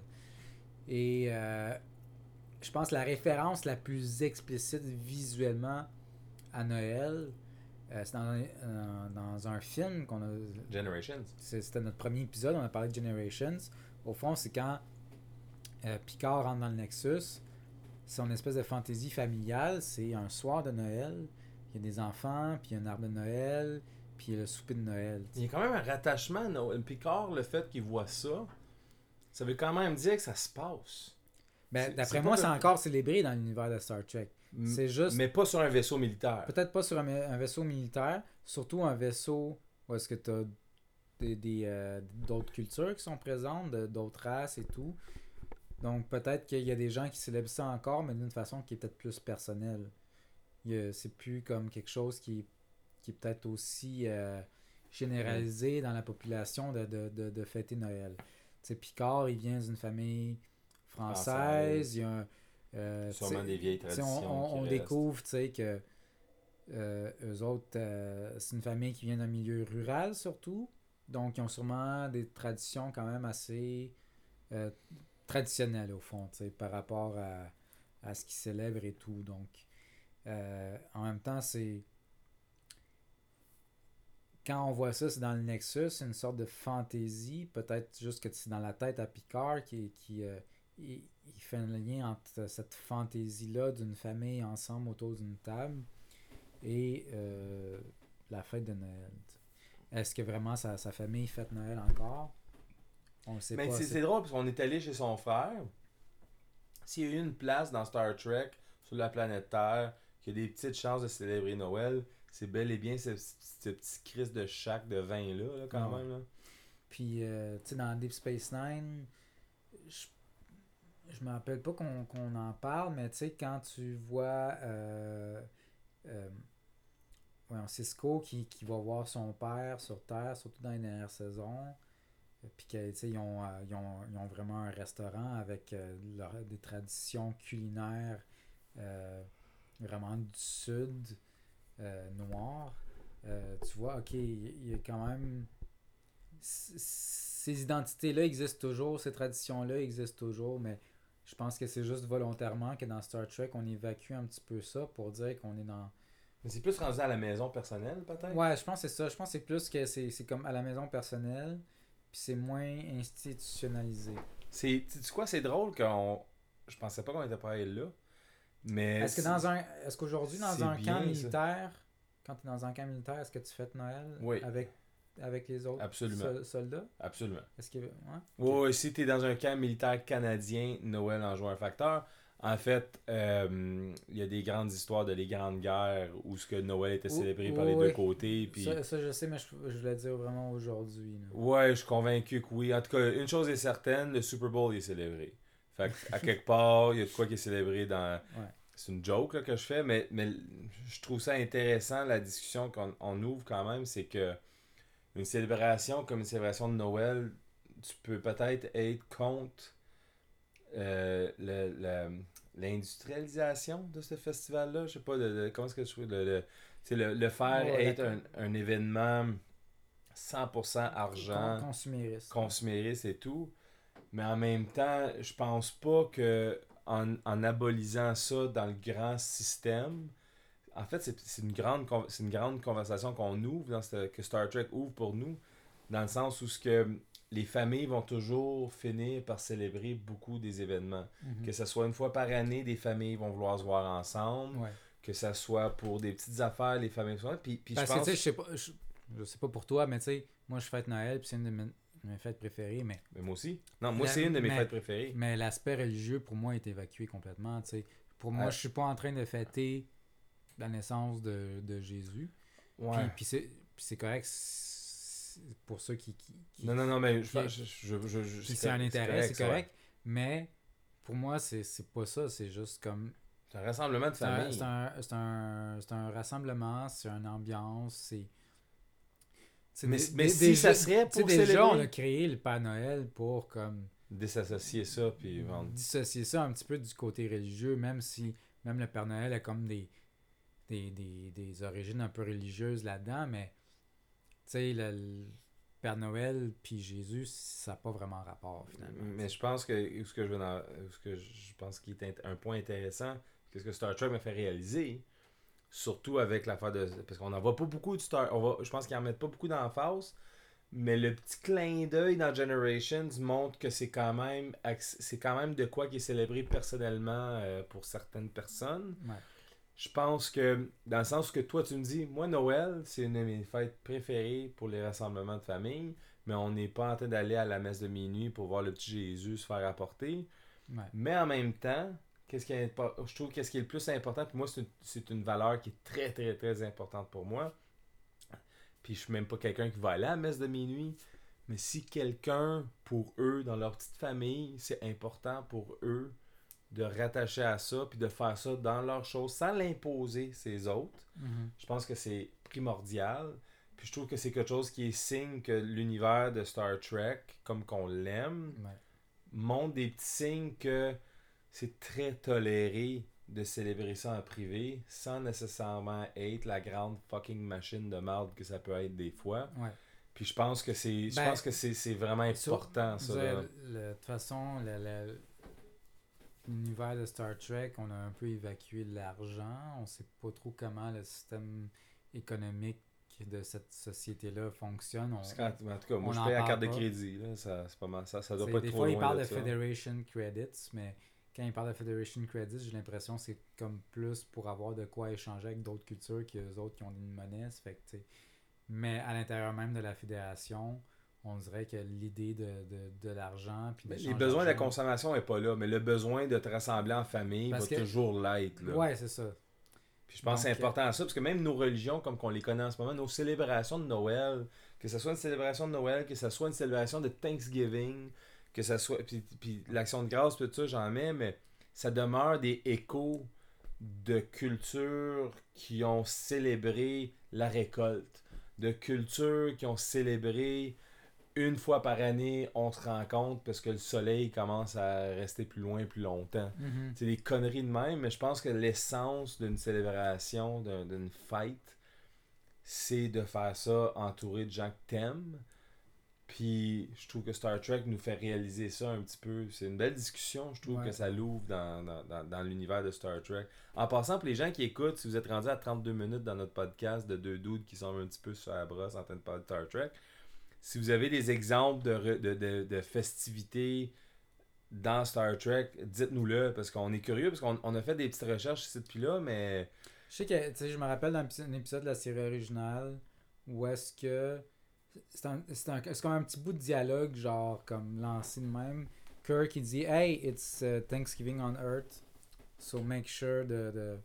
Et euh, je pense que la référence la plus explicite visuellement à Noël, euh, c'est dans, un- euh, dans un film qu'on a. Generations. c'est- C'était notre premier épisode, on a parlé de Generations. Au fond, c'est quand euh, Picard rentre dans le Nexus. Son espèce de fantaisie familiale, c'est un soir de Noël. Il y a des enfants, puis il y a un arbre de Noël, puis il y a le souper de Noël. tu Il y a quand même un rattachement à Noël. Picard, le fait qu'il voit ça, ça veut quand même dire que ça se passe. Ben, C'est- d'après c'est moi, pas c'est de- encore célébré dans l'univers de Star Trek. M- C'est juste, Mais pas sur un vaisseau militaire. peut-être pas sur un, un vaisseau militaire, surtout un vaisseau où est-ce que tu as des, des, euh, d'autres cultures qui sont présentes, de- d'autres races et tout. Donc peut-être qu'il y a des gens qui célèbrent ça encore, mais d'une façon qui est peut-être plus personnelle. Il y a- C'est plus comme quelque chose qui, est- qui est peut-être aussi euh, généralisé dans la population de, de, de, de fêter Noël. Tu sais, Picard, il vient d'une famille française, Française. il y a un, euh, Sûrement tu sais, des vieilles tu sais, traditions. On, on, qui on restent. découvre, tu sais, que euh, eux autres, euh, c'est une famille qui vient d'un milieu rural surtout. Donc, ils ont sûrement des traditions quand même assez euh, traditionnelles, au fond, tu sais, par rapport à, à ce qu'ils célèbrent et tout. Donc, euh, en même temps, c'est. Quand on voit ça, c'est dans le Nexus, c'est une sorte de fantaisie. Peut-être juste que c'est dans la tête à Picard qui, qui euh, il, il fait un lien entre cette fantaisie-là d'une famille ensemble autour d'une table et euh, la fête de Noël. t'sais. Est-ce que vraiment sa, sa famille fête Noël encore? On le sait Mais pas. c'est c'est- c'est drôle parce qu'on est allé chez son frère. S'il y a eu une place dans Star Trek, sur la planète Terre, qui a des petites chances de célébrer Noël, c'est bel et bien ce, ce petit Christ de chac de vin-là, là, quand Ouais. même. Là. Puis, euh, tu sais, dans Deep Space Nine, je- je me rappelle pas qu'on qu'on en parle, mais tu sais, quand tu vois euh, euh, voyons, Cisco qui, qui va voir son père sur Terre, surtout dans les dernières saisons, euh, puis que, tu sais, ils ont, euh, ils, ont, ils ont vraiment un restaurant avec euh, leur- des traditions culinaires euh, vraiment du sud euh, noir. Euh, tu vois, ok, il y a quand même c- ces identités-là existent toujours, ces traditions-là existent toujours, mais je pense que c'est juste volontairement que dans Star Trek, on évacue un petit peu ça pour dire qu'on est dans... Mais c'est plus rendu à la maison personnelle, peut-être? Ouais, je pense que c'est ça. Je pense que c'est plus que c'est, c'est comme à la maison personnelle, puis c'est moins institutionnalisé. C'est, tu sais quoi, c'est drôle qu'on. Je pensais pas qu'on était pareil là, mais Est-ce que c'est dans un, est-ce qu'aujourd'hui, dans c'est un camp bien ça. militaire, quand tu es dans un camp militaire, est-ce que tu fêtes Noël Oui, avec, avec les autres absolument. sol- soldats? Absolument. Est-ce que... Ouais? Ok. Oui, ouais, si t'es dans un camp militaire canadien, Noël en joue un facteur. En fait, euh, il y a des grandes histoires de les grandes guerres où ce que Noël était Ou- célébré par les deux Oui, côtés. Puis, ça, ça je sais, mais je, je voulais dire vraiment aujourd'hui. Là. ouais, je suis convaincu que oui. En tout cas, une chose est certaine, le Super Bowl est célébré. Fait à quelque part, il y a de quoi qui est célébré dans. Ouais. C'est une joke là, que je fais, mais, mais je trouve ça intéressant, la discussion qu'on on ouvre quand même, c'est que une célébration comme une célébration de Noël, tu peux peut-être être contre euh, le, le- l'industrialisation de ce festival-là. Je sais pas, de, de- comment est-ce que je trouve le, le, c'est le, le faire Ouais, être la un, un événement cent pour cent con- argent, consumériste. consumériste et tout. Mais en même temps, je pense pas que en, en abolisant ça dans le grand système, en fait, c'est, c'est une grande con- c'est une grande conversation qu'on ouvre dans ce, que Star Trek ouvre pour nous, dans le sens où ce que les familles vont toujours finir par célébrer beaucoup des événements. Mhm. Que ce soit une fois par année, des familles vont vouloir se voir ensemble. Ouais. Que ce soit pour des petites affaires, les familles sont là. Puis, puis je Parce que, pense. tu sais, je sais pas, je, je sais pas pour toi, mais tu sais, moi, je fête Noël, puis c'est une de mes, de mes fêtes préférées, mais, Mais moi aussi. Non, moi, La- c'est une de mes mais- fêtes préférées. mais l'aspect religieux, pour moi, est évacué complètement, tu sais. Pour moi, Ouais. je suis pas en train de fêter la naissance de, de Jésus. Puis, Ouais. puis c'est, puis c'est correct c'est pour ceux qui... qui, qui- Non, non, non, mais je, qui- je, je, je, je- qui c'est un intérêt, correct, c'est ça, correct. Mais pour moi, c'est, c'est pas ça, c'est juste comme... C'est un rassemblement de C'est un, famille. c'est un, c'est un, c'est un rassemblement, c'est une ambiance, c'est... c'est Mais, des- mais des- si des- ça serait tu sais, pour déjà, célébrer... on a créé le Père Noël pour comme Désassocier ça, puis vendre. dissocier ça un petit peu du côté religieux, même si même le Père Noël a comme des, des, des, des origines un peu religieuses là-dedans, mais tu sais, le, le Père Noël puis Jésus, ça n'a pas vraiment rapport finalement. Mais je pense que ce que je veux dans- ce que je pense qui est int- un point intéressant, qu'est-ce que Star Trek m'a fait réaliser, surtout avec l'affaire de parce qu'on n'en voit pas beaucoup de Star, on va, je pense qu'ils en mettent pas beaucoup d'emphase, mais le petit clin d'œil dans Generations montre que c'est quand même acc- c'est quand même de quoi qui est célébré personnellement euh, pour certaines personnes. Ouais. Je pense que, dans le sens que toi, tu me dis, moi, Noël, c'est une de mes fêtes préférées pour les rassemblements de famille, mais on n'est pas en train d'aller à la messe de minuit pour voir le petit Jésus se faire apporter. Ouais. Mais en même temps, qu'est-ce qui est, impo- je trouve qu'est-ce qui est le plus important, puis moi, c'est une, c'est une valeur qui est très, très, très importante pour moi. Puis je suis même pas quelqu'un qui va aller à la messe de minuit, mais si quelqu'un, pour eux, dans leur petite famille, c'est important pour eux de rattacher à ça, puis de faire ça dans leurs choses, sans l'imposer ses autres, Mhm. je pense que c'est primordial. Puis je trouve que c'est quelque chose qui est signe que l'univers de Star Trek, comme qu'on l'aime, Ouais. montre des petits signes que c'est très toléré de célébrer ça en privé, sans nécessairement être la grande fucking machine de merde que ça peut être des fois. Ouais. Puis je pense que c'est je Ben, pense que c'est c'est vraiment important Sur- ça. je là. veux dire, le- De toute façon, le- le- l'univers de Star Trek, on a un peu évacué l'argent. On sait pas trop comment le système économique de cette société-là fonctionne. On, Parce qu'en- en tout cas, moi on je en paye la parle carte de pas. crédit. Là, ça, c'est pas mal, ça, ça doit t'sais, pas être des trop fois, loin ils parlent de de ça. Federation Credits, mais quand ils parlent de Federation Credits, j'ai l'impression que c'est comme plus pour avoir de quoi échanger avec d'autres cultures que les autres qui ont une monnaie. Ça fait que, t'sais, mais à l'intérieur même de la fédération, on dirait que l'idée de, de, de l'argent puis Mais les d'échange besoins de la d'argent- consommation n'est pas là, mais le besoin de te rassembler en famille Parce va que- toujours l'être. là. Ouais, c'est ça. Puis je pense que c'est Donc, important à ça, parce que même nos religions, comme qu'on les connaît en ce moment, nos célébrations de Noël, que ce soit une célébration de Noël, que ce soit une célébration de Thanksgiving, que ça soit. Puis, puis l'action de grâce, tout ça, j'en mets, mais ça demeure des échos de cultures qui ont célébré la récolte, de cultures qui ont célébré une fois par année, on se rencontre parce que le soleil commence à rester plus loin plus longtemps. Mm-hmm. C'est des conneries de même, mais je pense que l'essence d'une célébration, d'un, d'une fête, c'est de faire ça entouré de gens que t'aimes. Puis je trouve que Star Trek nous fait réaliser ça un petit peu. C'est une belle discussion, je trouve Ouais. que ça l'ouvre dans, dans, dans, dans l'univers de Star Trek. En passant, pour les gens qui écoutent, si vous êtes rendus à trente-deux minutes dans notre podcast de deux dudes qui sont un petit peu sur la brosse en train de parler de Star Trek, si vous avez des exemples de, re, de, de, de festivités dans Star Trek, dites-nous-le, parce qu'on est curieux, parce qu'on on a fait des petites recherches ici depuis là, mais... Je sais que, tu sais, je me rappelle d'un un épisode de la série originale où est-ce que c'est un, c'est un c'est comme un petit bout de dialogue genre comme lancé de même. Kirk il dit hey it's uh, Thanksgiving on Earth so make sure de, de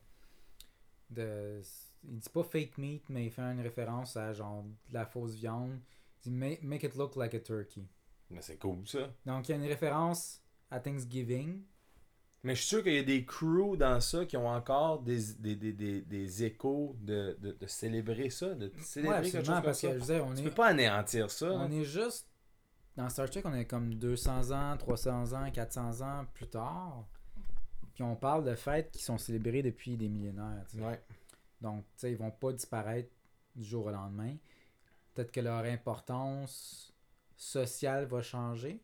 de il dit pas fake meat mais il fait une référence à genre de la fausse viande. Il dit make, make it look like a turkey. Mais c'est cool ça. Donc il y a une référence à Thanksgiving. Mais je suis sûr qu'il y a des crews dans ça qui ont encore des, des, des, des, des échos de, de, de célébrer ça, de célébrer Ouais, quelque chose absolument, comme parce ça. que je veux dire, on Tu est, peux pas anéantir ça. on hein. est juste dans Star Trek, on est comme deux cents ans, trois cents ans, quatre cents ans plus tard. Puis on parle de fêtes qui sont célébrées depuis des millénaires. tu sais. Ouais. Donc, tu sais, ils vont pas disparaître du jour au lendemain. Peut-être que leur importance sociale va changer.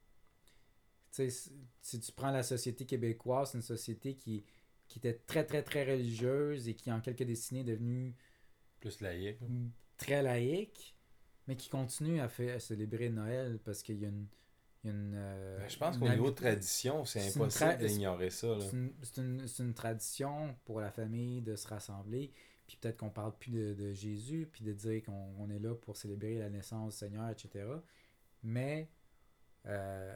Tu sais, si tu prends la société québécoise, c'est une société qui, qui était très, très, très religieuse et qui, en quelques décennies, est devenue Plus laïque. très laïque, mais qui continue à, faire, à célébrer Noël parce qu'il y a une. il y a une euh, Ben, je pense une qu'au niveau habi- de tradition, c'est c'est une impossible tra- d'ignorer ça. Là. C'est une, c'est, une, c'est une tradition pour la famille de se rassembler. Puis peut-être qu'on parle plus de, de Jésus, puis de dire qu'on on est là pour célébrer la naissance du Seigneur, et cetera. Mais euh,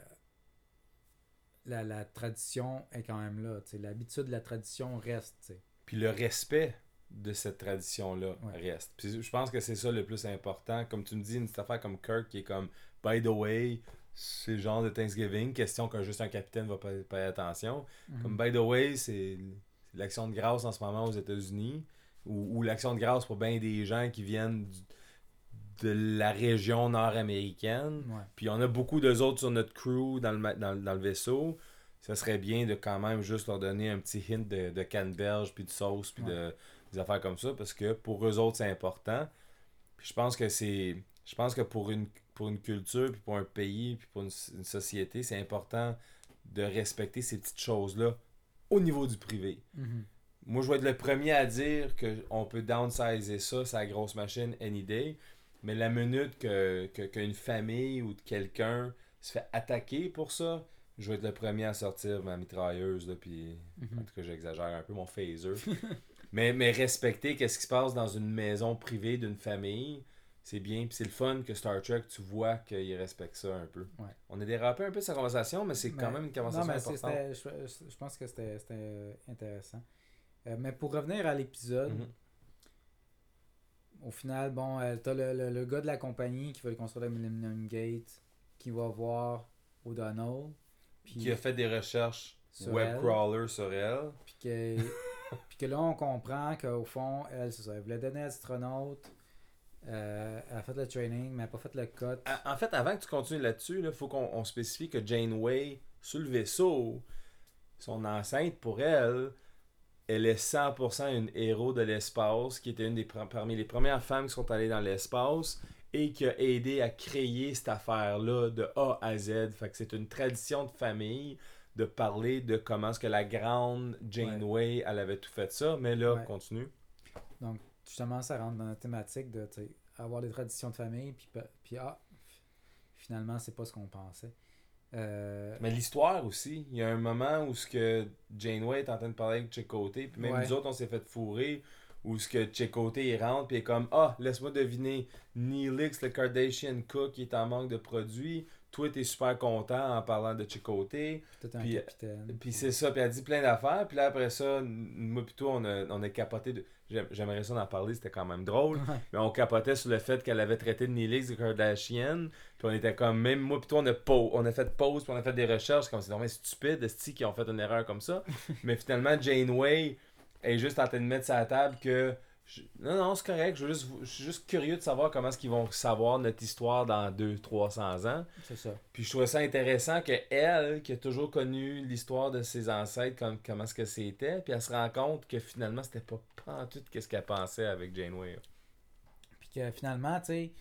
la, la tradition est quand même là. t'sais. L'habitude de la tradition reste. t'sais. Puis le respect de cette tradition-là Ouais. reste. Puis je pense que c'est ça le plus important. Comme tu me dis, une petite affaire comme Kirk qui est comme by the way, c'est le genre de Thanksgiving, question que juste un capitaine va pas payer attention. Mhm. Comme by the way, c'est c'est l'action de grâce en ce moment aux États-Unis, ou, ou l'action de grâce pour bien des gens qui viennent du- de la région nord-américaine. Ouais. Puis on a beaucoup d'eux autres sur notre crew dans le, ma- dans, dans le vaisseau. Ça serait bien de quand même juste leur donner un petit hint de, de canneberge, puis de sauce, puis Ouais. de, des affaires comme ça, parce que pour eux autres, c'est important. Puis je pense que c'est. Je pense que pour une, pour une culture, puis pour un pays, puis pour une, une société, c'est important de respecter ces petites choses-là au niveau du privé. Mhm. Moi, je vais être le premier à dire qu'on peut downsizer ça, sa grosse machine, any day. Mais la minute que, que, qu'une famille ou de quelqu'un se fait attaquer pour ça, je vais être le premier à sortir ma mitrailleuse, là, puis Mhm. en tout cas, j'exagère un peu mon phaser. mais, mais respecter qu'est-ce qui se passe dans une maison privée d'une famille, c'est bien. Puis c'est le fun que Star Trek, tu vois qu'ils respectent ça un peu. Ouais. On a dérapé un peu sa conversation, mais c'est quand Mais- même une conversation non, mais c'est- importante. c'était- je, je pense que c'était c'était, euh, intéressant. Euh, mais pour revenir à l'épisode, Mhm. au final, bon, euh, t'as le, le, le gars de la compagnie qui veut construire le Millennium Gate, qui va voir O'Donnell, puis Qui a fait des recherches Sur web elle. crawler sur elle. puis que, puis que là, on comprend qu'au fond, elle, c'est ça, elle voulait donner astronaute, euh, elle a fait le training, mais elle n'a pas fait le cut. En en fait, avant que tu continues là-dessus, il faut qu'on on spécifie que Janeway, sur le vaisseau, son enceinte pour elle, elle est cent pour cent une héros de l'espace, qui était une des pre- parmi les premières femmes qui sont allées dans l'espace et qui a aidé à créer cette affaire-là de A à Z. Fait que c'est une tradition de famille de parler de comment est-ce que la grande Janeway, elle avait tout fait ça. Mais là, Ouais. continue. Donc, justement, ça rentre dans la thématique de tu sais, avoir des traditions de famille, puis, pe- puis ah, f- finalement, c'est pas ce qu'on pensait. Euh, Mais l'histoire aussi, il y a un moment où ce que Janeway est en train de parler avec Chakotay, puis même Ouais. nous autres on s'est fait fourrer, où ce que Chakotay il rentre puis il est comme ah laisse-moi deviner, Neelix le Kardashian cook qui est en manque de produits, toi, t'es super content en parlant de Chicoté. Tout un Puis, capitaine. puis c'est ça, puis elle dit plein d'affaires. Puis là, après ça, moi pis toi, on a, on a capoté. De... J'aimerais ça en parler, c'était quand même drôle. Ouais. Mais on capotait sur le fait qu'elle avait traité de Neelix de Kardashian. Puis on était comme, même moi pis toi, on a, po- on a fait pause, puis on a fait des recherches. Comme c'est vraiment stupide, esti qui ont fait une erreur comme ça. Mais finalement, Janeway est juste en train de mettre sur la table que. Je... Non, non, c'est correct. Je, veux juste... je suis juste curieux de savoir comment est-ce qu'ils vont savoir notre histoire dans deux cents trois cents ans. C'est ça. Puis je trouvais ça intéressant que elle, qui a toujours connu l'histoire de ses ancêtres, comme, comment est-ce que c'était, puis elle se rend compte que finalement, c'était pas, pas en tout ce qu'elle pensait avec Janeway. Puis que finalement, tu sais,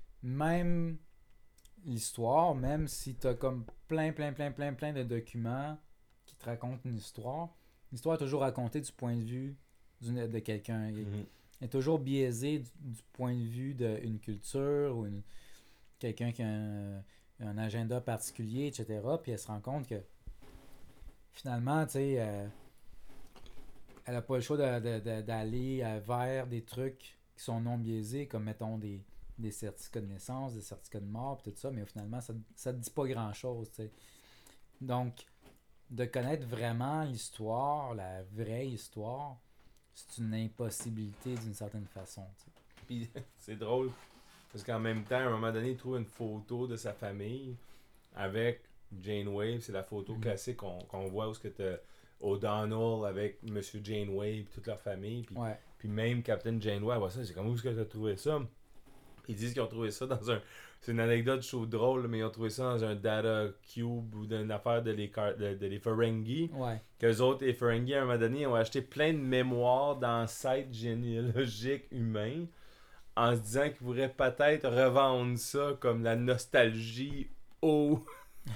même l'histoire, même si t'as comme plein, plein, plein, plein, plein de documents qui te racontent une histoire, l'histoire est toujours racontée du point de vue d'une- de quelqu'un. Elle Mm-hmm. est toujours biaisée du, du point de vue d'une culture ou une, quelqu'un qui a un, un agenda particulier, et cetera. Puis elle se rend compte que finalement, tu sais, euh, elle n'a pas le choix de- de- de- d'aller euh, vers des trucs qui sont non biaisés, comme mettons des, des certificats de naissance, des certificats de mort, puis tout ça, mais finalement, ça ne te dit pas grand-chose, tu sais. Donc, de connaître vraiment l'histoire, la vraie histoire, c'est une impossibilité d'une certaine façon, tu sais. Puis c'est drôle, parce qu'en même temps, à un moment donné, il trouve une photo de sa famille avec Janeway. C'est la photo Mhm. classique qu'on qu'on voit où ce que t'as O'Donnell avec Monsieur Janeway et toute leur famille. Puis Ouais. Puis même Captain Janeway, ouais, ça, c'est comme où est-ce que tu as trouvé ça? Ils disent qu'ils ont trouvé ça dans un. C'est une anecdote, je trouve drôle, là, mais ils ont trouvé ça dans un data cube ou d'une affaire de les, car- de, de les Ferengi. Ouais. Qu'eux autres, les Ferengi, à un moment donné, ont acheté plein de mémoires d'ancêtres généalogiques humains en se disant qu'ils pourraient peut-être revendre ça comme la nostalgie aux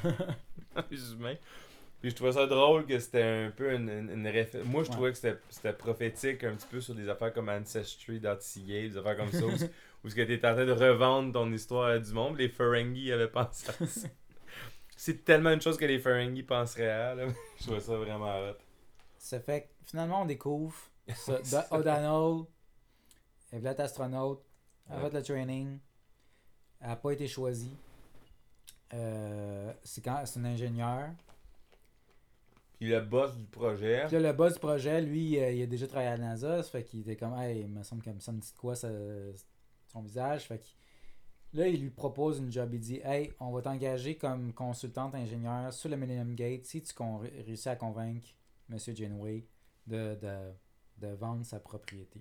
humains. Puis je trouvais ça drôle que c'était un peu une, une, une réfé- Moi, je Ouais. trouvais que c'était, c'était prophétique un petit peu sur des affaires comme Ancestry dot C A, des affaires comme ça, où, où tu étais en train de revendre ton histoire à du monde. Les Ferengi avaient pensé à ça. C'est tellement une chose que les Ferengi penseraient à, là. Je trouvais ça vraiment hot. Ça fait que finalement, on découvre ça. Do- O'Donnell, elle voulait être astronaute, elle a Ouais. fait le training, elle n'a pas été choisie. Euh, c'est quand c'est un ingénieur. Puis le boss du projet. Puis là, le boss du projet, lui, euh, il a déjà travaillé à la NASA, ça fait qu'il était comme, hey, il me semble que ça me dit de quoi ça, son visage. Fait que là, il lui propose une job. Il dit, hey, on va t'engager comme consultante ingénieur sur le Millennium Gate si tu con- réussis à convaincre M. Janeway de, de, de vendre sa propriété.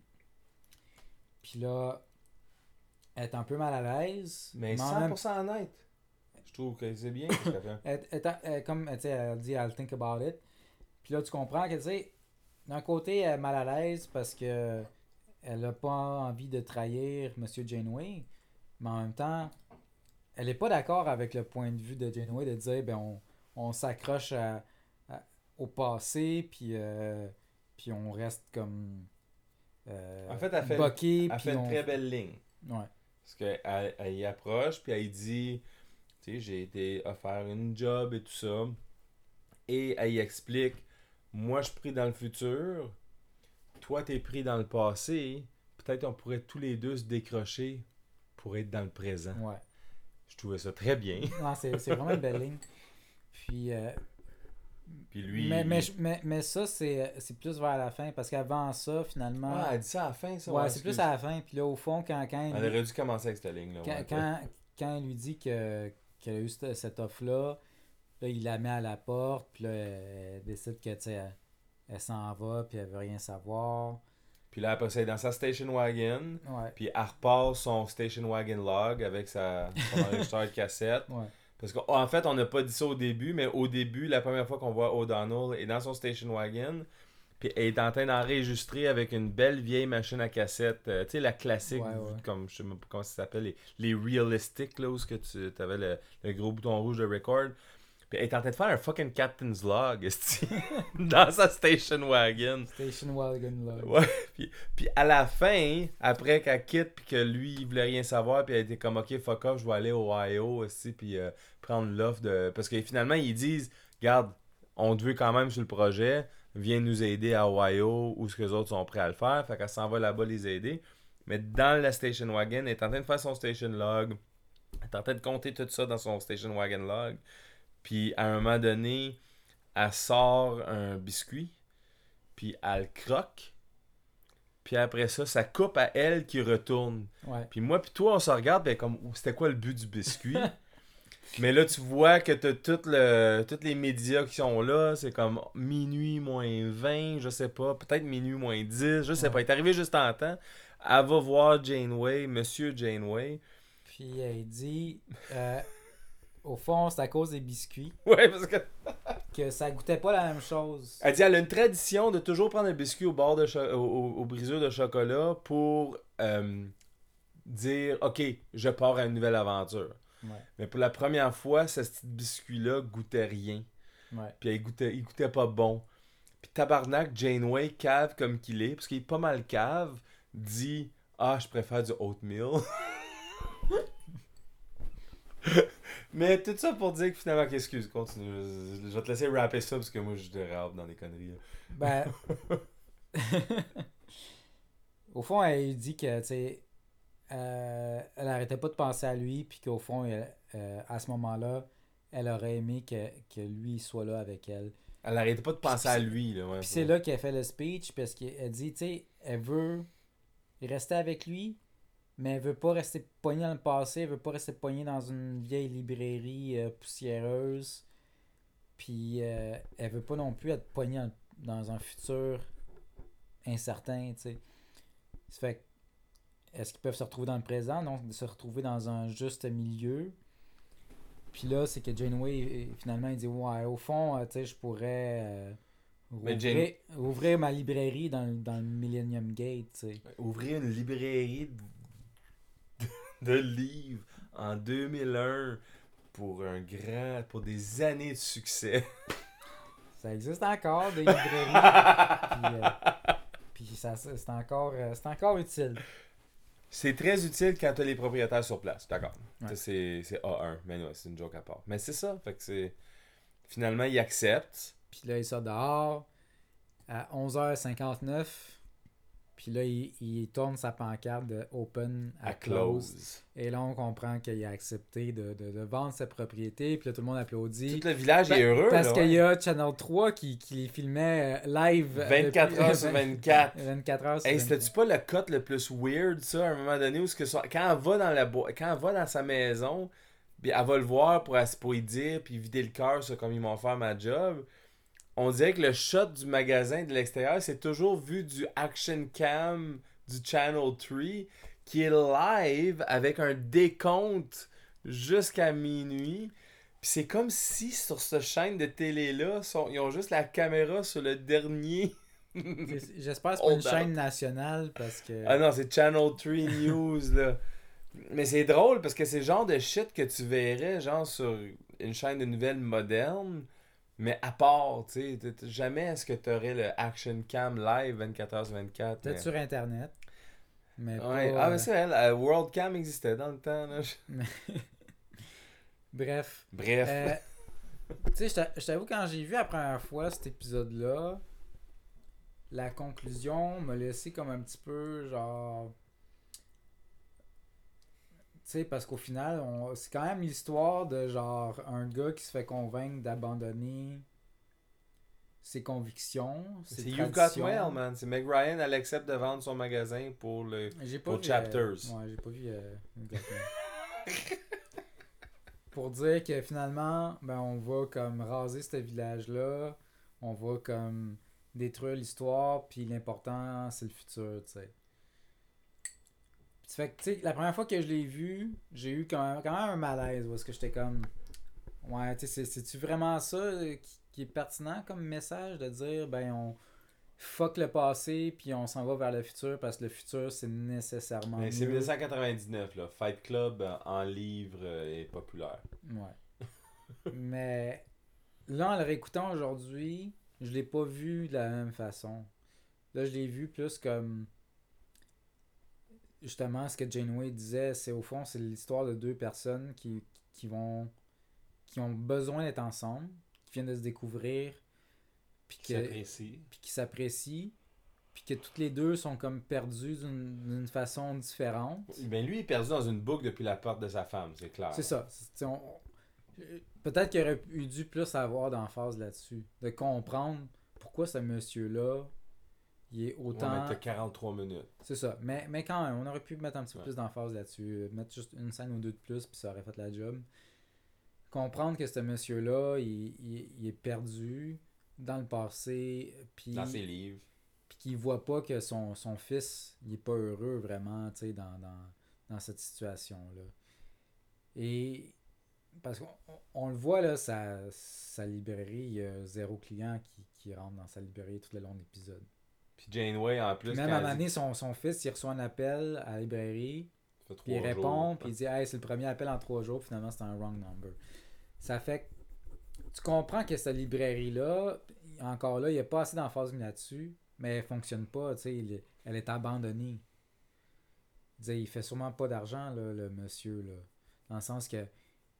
Puis là, elle est un peu mal à l'aise. Mais en cent même- pour cent honnête. Je trouve que c'est bien ce qu'elle fait. Elle, elle- elle- comme tu sais, elle dit I'll think about it. Puis là, tu comprends que, tu sais, d'un côté, elle est mal à l'aise parce que elle a pas envie de trahir M. Janeway, mais en même temps, elle est pas d'accord avec le point de vue de Janeway de dire ben on, on s'accroche à- à- au passé, puis, euh, puis on reste comme. Euh, En fait, elle fait- bucké, Elle puis fait une on- très belle ligne. Ouais. Parce qu'elle elle y approche, puis elle dit, tu sais, j'ai été offert une job et tout ça. Et elle y explique, moi je suis pris dans le futur, toi t'es pris dans le passé, peut-être on pourrait tous les deux se décrocher pour être dans le présent. Ouais. Je trouvais ça très bien. Non, c'est c'est vraiment une belle ligne. Puis. euh, Puis lui. mais, mais, il- mais, mais ça, c'est c'est plus vers la fin, parce qu'avant ça, finalement. Ah, elle dit ça à la fin, ça. ouais, c'est plus excuse. à la fin. Puis là, au fond, quand, quand, Elle il, aurait dû commencer avec cette ligne-là. quand, ouais. quand, quand il lui dit que qu'elle a eu cette, cette offre-là, là, il la met à la porte, puis là, elle, elle décide que, tu sais, elle, elle s'en va, puis elle veut rien savoir. Puis là, après ça, elle est dans sa station wagon. Ouais, Puis elle repart son station wagon log avec sa, son enregistreur de cassette. ouais. Parce qu'en fait, on n'a pas dit ça au début, mais au début, la première fois qu'on voit O'Donnell est dans son station wagon, puis elle est en train d'enregistrer avec une belle vieille machine à cassette, euh, tu sais, la classique, Ouais, ouais. comme je sais même pas comment ça s'appelle, les, les realistic, là, où ce que tu avais le, le gros bouton rouge de record. Puis elle est en train de faire un fucking Captain's Log, esti, dans sa station wagon. Station Wagon là. Ouais, puis, puis à la fin, après qu'elle quitte, puis que lui, il voulait rien savoir, puis elle était comme, ok, fuck off, je vais aller au Ohio aussi, puis euh, prendre l'offre de. Parce que finalement, ils disent, regarde, on te veut quand même sur le projet, viens nous aider à Ohio, où ce que les autres sont prêts à le faire, fait qu'elle s'en va là-bas les aider. Mais dans la station wagon, elle est en train de faire son station log, Elle est en train de compter tout ça dans son station wagon log. Puis à un moment donné, elle sort un biscuit. Puis elle le croque. Puis après ça, ça coupe à elle qui retourne. Ouais. Puis moi, puis toi, on se regarde, ben comme, c'était quoi le but du biscuit? Mais là, tu vois que t'as tout le, tous les médias qui sont là. C'est comme minuit moins vingt, je sais pas. Peut-être minuit moins dix, je sais Ouais. pas. Elle est arrivée juste en temps. Elle va voir Janeway, Monsieur Janeway. Puis elle dit, euh, au fond, c'est à cause des biscuits Ouais, parce que... que ça goûtait pas la même chose. Elle dit elle a une tradition de toujours prendre un biscuit au bord de cho- au, au, au briseur de chocolat pour euh, dire OK, je pars à une nouvelle aventure. Ouais. Mais pour la première fois, ce petit biscuit-là goûtait rien. Ouais. Puis il goûtait, il goûtait pas bon. Puis tabarnak, Janeway, cave comme qu'il est, parce qu'il est pas mal cave, dit ah, je préfère du oatmeal. Mais tout ça pour dire que finalement, excuse, continue. Je, je vais te laisser rapper ça parce que moi je dérape dans des conneries. Là. Ben. Au fond, elle dit que, tu sais, euh, elle arrêtait pas de penser à lui, puis qu'au fond, elle, euh, à ce moment-là, elle aurait aimé que, que lui soit là avec elle. Elle arrêtait pas de penser Puis à c'est- lui. Là, ouais, Puis pour- c'est là qu'elle fait le speech, parce qu'elle dit, tu sais, elle veut rester avec lui, mais elle veut pas rester poignée dans le passé, elle veut pas rester poignée dans une vieille librairie euh, poussiéreuse, puis euh, elle veut pas non plus être poignée dans, dans un futur incertain, tu sais. Ça fait que, est-ce qu'ils peuvent se retrouver dans le présent? Non, se retrouver dans un juste milieu. Puis là, c'est que Janeway, euh, finalement, il dit, ouais, au fond, euh, tu sais, je pourrais euh, Mais rouvrir, Jane- rouvrir ma librairie dans, le- dans le Millennium Gate, tu sais. Ouvrir une librairie de, de livres en deux mille un pour un grand, pour des années de succès. Ça existe encore, des librairies. Puis, euh, puis ça, ça- c'est encore, euh, c'est encore utile. C'est très utile quand t'as les propriétaires sur place, d'accord. Ouais. Ça, C'est, c'est A un, mais ouais, c'est une joke à part. Mais c'est ça, fait que c'est... Finalement, il accepte. Puis là, il sort dehors à onze heures cinquante-neuf. Puis là, il, il tourne sa pancarte de Open à, À close. close. Et là, on comprend qu'il a accepté de, de, de vendre sa propriété. Puis là, tout le monde applaudit. Tout le village Pa- est heureux, Parce là, qu'il ouais. y a Channel trois qui, qui les filmait euh, live. euh, vingt-quatre depuis- heures sur vingt-quatre. vingt-quatre heures sur Hey, vingt-quatre. c'était-tu pas le cut le plus weird, ça, à un moment donné, où ce que ça- quand elle va dans la bo- quand elle va dans sa maison, puis elle va le voir pour, pour y dire, puis vider le cœur sur comme ils m'ont fait ma job, on dirait que le shot du magasin de l'extérieur, c'est toujours vu du action cam du Channel trois, qui est live avec un décompte jusqu'à minuit. Puis c'est comme si sur cette chaîne de télé-là, sont- ils ont juste la caméra sur le dernier... C'est- J'espère que c'est pas une Hold up. chaîne nationale parce que. Ah non, c'est Channel trois News, là. Mais c'est drôle parce que c'est le genre de shit que tu verrais, genre, sur une chaîne de nouvelles moderne, mais à part, tu sais. t- t- Jamais est-ce que tu aurais le Action Cam live vingt-quatre heures sur vingt-quatre. Peut-être mais- sur Internet. Mais Ouais. pas, Ah, mais euh, c'est vrai, la World Cam existait dans le temps, là. Bref. Bref. Euh, tu sais, je t'a- je t'avoue, quand j'ai vu la première fois cet épisode-là, la conclusion m'a laissé comme un petit peu genre. Tu sais, parce qu'au final, on- c'est quand même l'histoire de genre un gars qui se fait convaincre d'abandonner ses convictions. Ses C'est You Got traditions. Well, man. C'est Meg Ryan, elle accepte de vendre son magasin pour le... J'ai pas Pour vu, Chapters. euh, ouais, j'ai pas vu euh, You Got Well. Pour dire que finalement, ben on va comme raser ce village-là, on va comme détruire l'histoire, puis l'important c'est le futur, tu sais. Puis ça fait que, tu sais, la première fois que je l'ai vu, j'ai eu quand même, quand même un malaise, parce que j'étais comme, ouais, tu sais, c'est- c'est-tu vraiment ça euh, qui, qui est pertinent comme message de dire, ben on fuck le passé, puis on s'en va vers le futur, parce que le futur c'est nécessairement Mais c'est mieux. mille neuf cent quatre-vingt-dix-neuf, là. Fight Club euh, en livre euh, est populaire. Ouais. Mais là, en le réécoutant aujourd'hui, je l'ai pas vu de la même façon. Là, je l'ai vu plus comme. Justement, ce que Janeway disait, c'est au fond, c'est l'histoire de deux personnes qui, qui vont. qui ont besoin d'être ensemble, qui viennent de se découvrir, puis Qui que- s'apprécie. puis qui s'apprécient, puis que toutes les deux sont comme perdues d'une, d'une façon différente. Ben lui, il est perdu dans une boucle depuis la porte de sa femme, c'est clair. C'est ça. C'est, on, peut-être qu'il aurait eu dû plus avoir d'emphase là-dessus. De comprendre pourquoi ce monsieur-là, il est autant... Ouais, mais t'as quarante-trois minutes. C'est ça. Mais, mais quand même, on aurait pu mettre un petit peu ouais. plus d'emphase là-dessus. Mettre juste une scène ou deux de plus, puis ça aurait fait la job. Comprendre que ce monsieur-là, il, il, il est perdu dans le passé, puis... Dans ses livres. Puis qu'il voit pas que son, son fils, il est pas heureux vraiment, tu sais, dans, dans, dans cette situation-là. Et... Parce qu'on on le voit, là, sa, sa librairie, il y a zéro client qui, qui rentre dans sa librairie tout le long de l'épisode. Puis Janeway, en plus... Puis même à un moment donné, son, son fils, il reçoit un appel à la librairie, puis il répond, puis il dit « Hey, c'est le premier appel en trois jours, finalement, c'est un wrong number. » Ça fait que tu comprends que cette librairie-là, encore là, il n'y a pas assez d'emphase mis là-dessus, mais elle ne fonctionne pas, tu sais, elle est abandonnée. Il, il fait sûrement pas d'argent, là, le monsieur, là, dans le sens que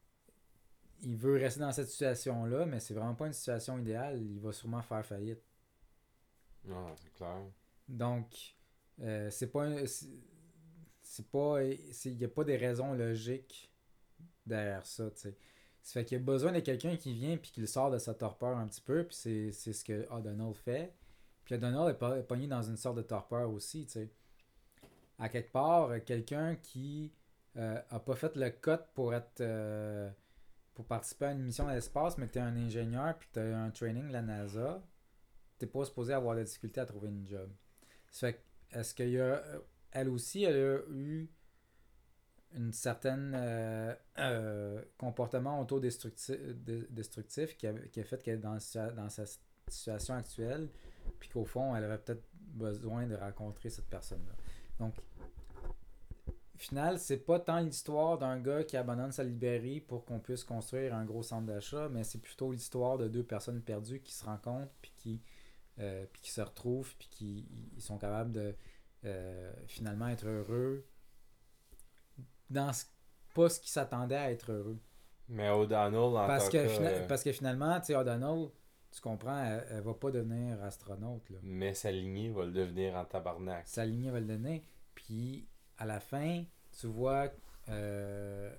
il veut rester dans cette situation-là, mais c'est vraiment pas une situation idéale. Il va sûrement faire faillite. Non, c'est clair. Donc, euh, c'est pas... C'est, c'est pas... Il n'y a pas des raisons logiques derrière ça, tu sais. Ça fait qu'il y a besoin de quelqu'un qui vient puis qui le sort de sa torpeur un petit peu, puis c'est, c'est ce que O'Donnell fait. Puis O'Donnell est pogné dans une sorte de torpeur aussi, tu sais. À quelque part, quelqu'un qui euh, a pas fait le cut pour être... Euh, pour participer à une mission dans l'espace, mais que tu es un ingénieur puis que tu as un training de la NASA, tu n'es pas supposé avoir de difficulté à trouver une job. Ça fait que, est-ce qu'il y a... Elle aussi, elle a eu une certaine euh, euh, comportement autodestructif destructif qui a, qui a fait qu'elle est dans, dans sa situation actuelle, puis qu'au fond, elle avait peut-être besoin de rencontrer cette personne-là. Donc, au final, c'est pas tant l'histoire d'un gars qui abandonne sa librairie pour qu'on puisse construire un gros centre d'achat, mais c'est plutôt l'histoire de deux personnes perdues qui se rencontrent, puis qui, euh, puis qui se retrouvent, puis qui ils sont capables de euh, finalement être heureux dans ce, pas ce qu'ils s'attendaient à être heureux. Mais O'Donnell, en parce tant que, que... fina- parce que finalement, tu sais, O'Donnell, tu comprends, elle, elle va pas devenir astronaute. Là. Mais sa lignée va le devenir en tabarnak. Sa lignée va le donner. Puis, à la fin, tu vois euh,